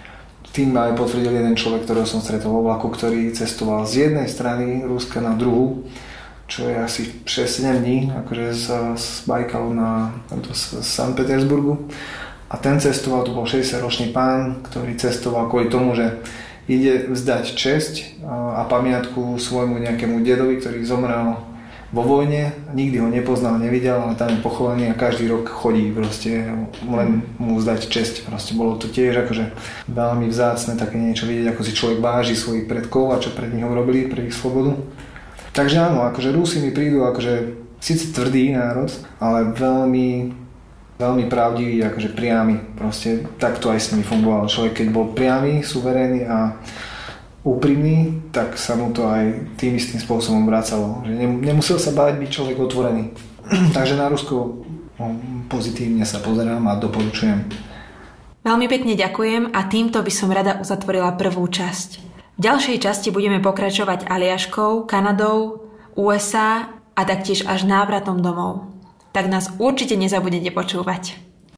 tým aj potvrdil jeden človek, ktorého som stretol vo vlaku, ktorý cestoval z jednej strany Ruska na druhú, čo je asi šesť sedem dní, akože z, z Bajkalu na do Sankt Petersburgu. A ten cestoval, to bol šesťdesiatročný pán, ktorý cestoval kvôli tomu, že ide vzdať česť a pamiatku svojmu nejakému dedovi, ktorý zomrel vo vojne, nikdy ho nepoznal, nevidel, ale tam je pochovaný a každý rok chodí proste len mu vzdať česť. Proste bolo to tiež akože veľmi vzácne také niečo vidieť, ako si človek váži svojich predkov a čo pred nich urobili, pre ich slobodu. Takže áno, akože Rusi mi prídu akože síce tvrdý národ, ale veľmi veľmi pravdivý, akože priamy. Proste takto aj s nimi fungoval človek, keď bol priamy, suverénny a úprimný, tak sa mu to aj tým istým spôsobom vracalo. Že nemusel sa báť byť človek otvorený. Takže na Rusko pozitívne sa pozerám a doporučujem. Veľmi pekne ďakujem a týmto by som rada uzatvorila prvú časť. V ďalšej časti budeme pokračovať Aliaškou, Kanadou, ú es á a taktiež až návratom domov. Tak nás určite nezabudete počúvať.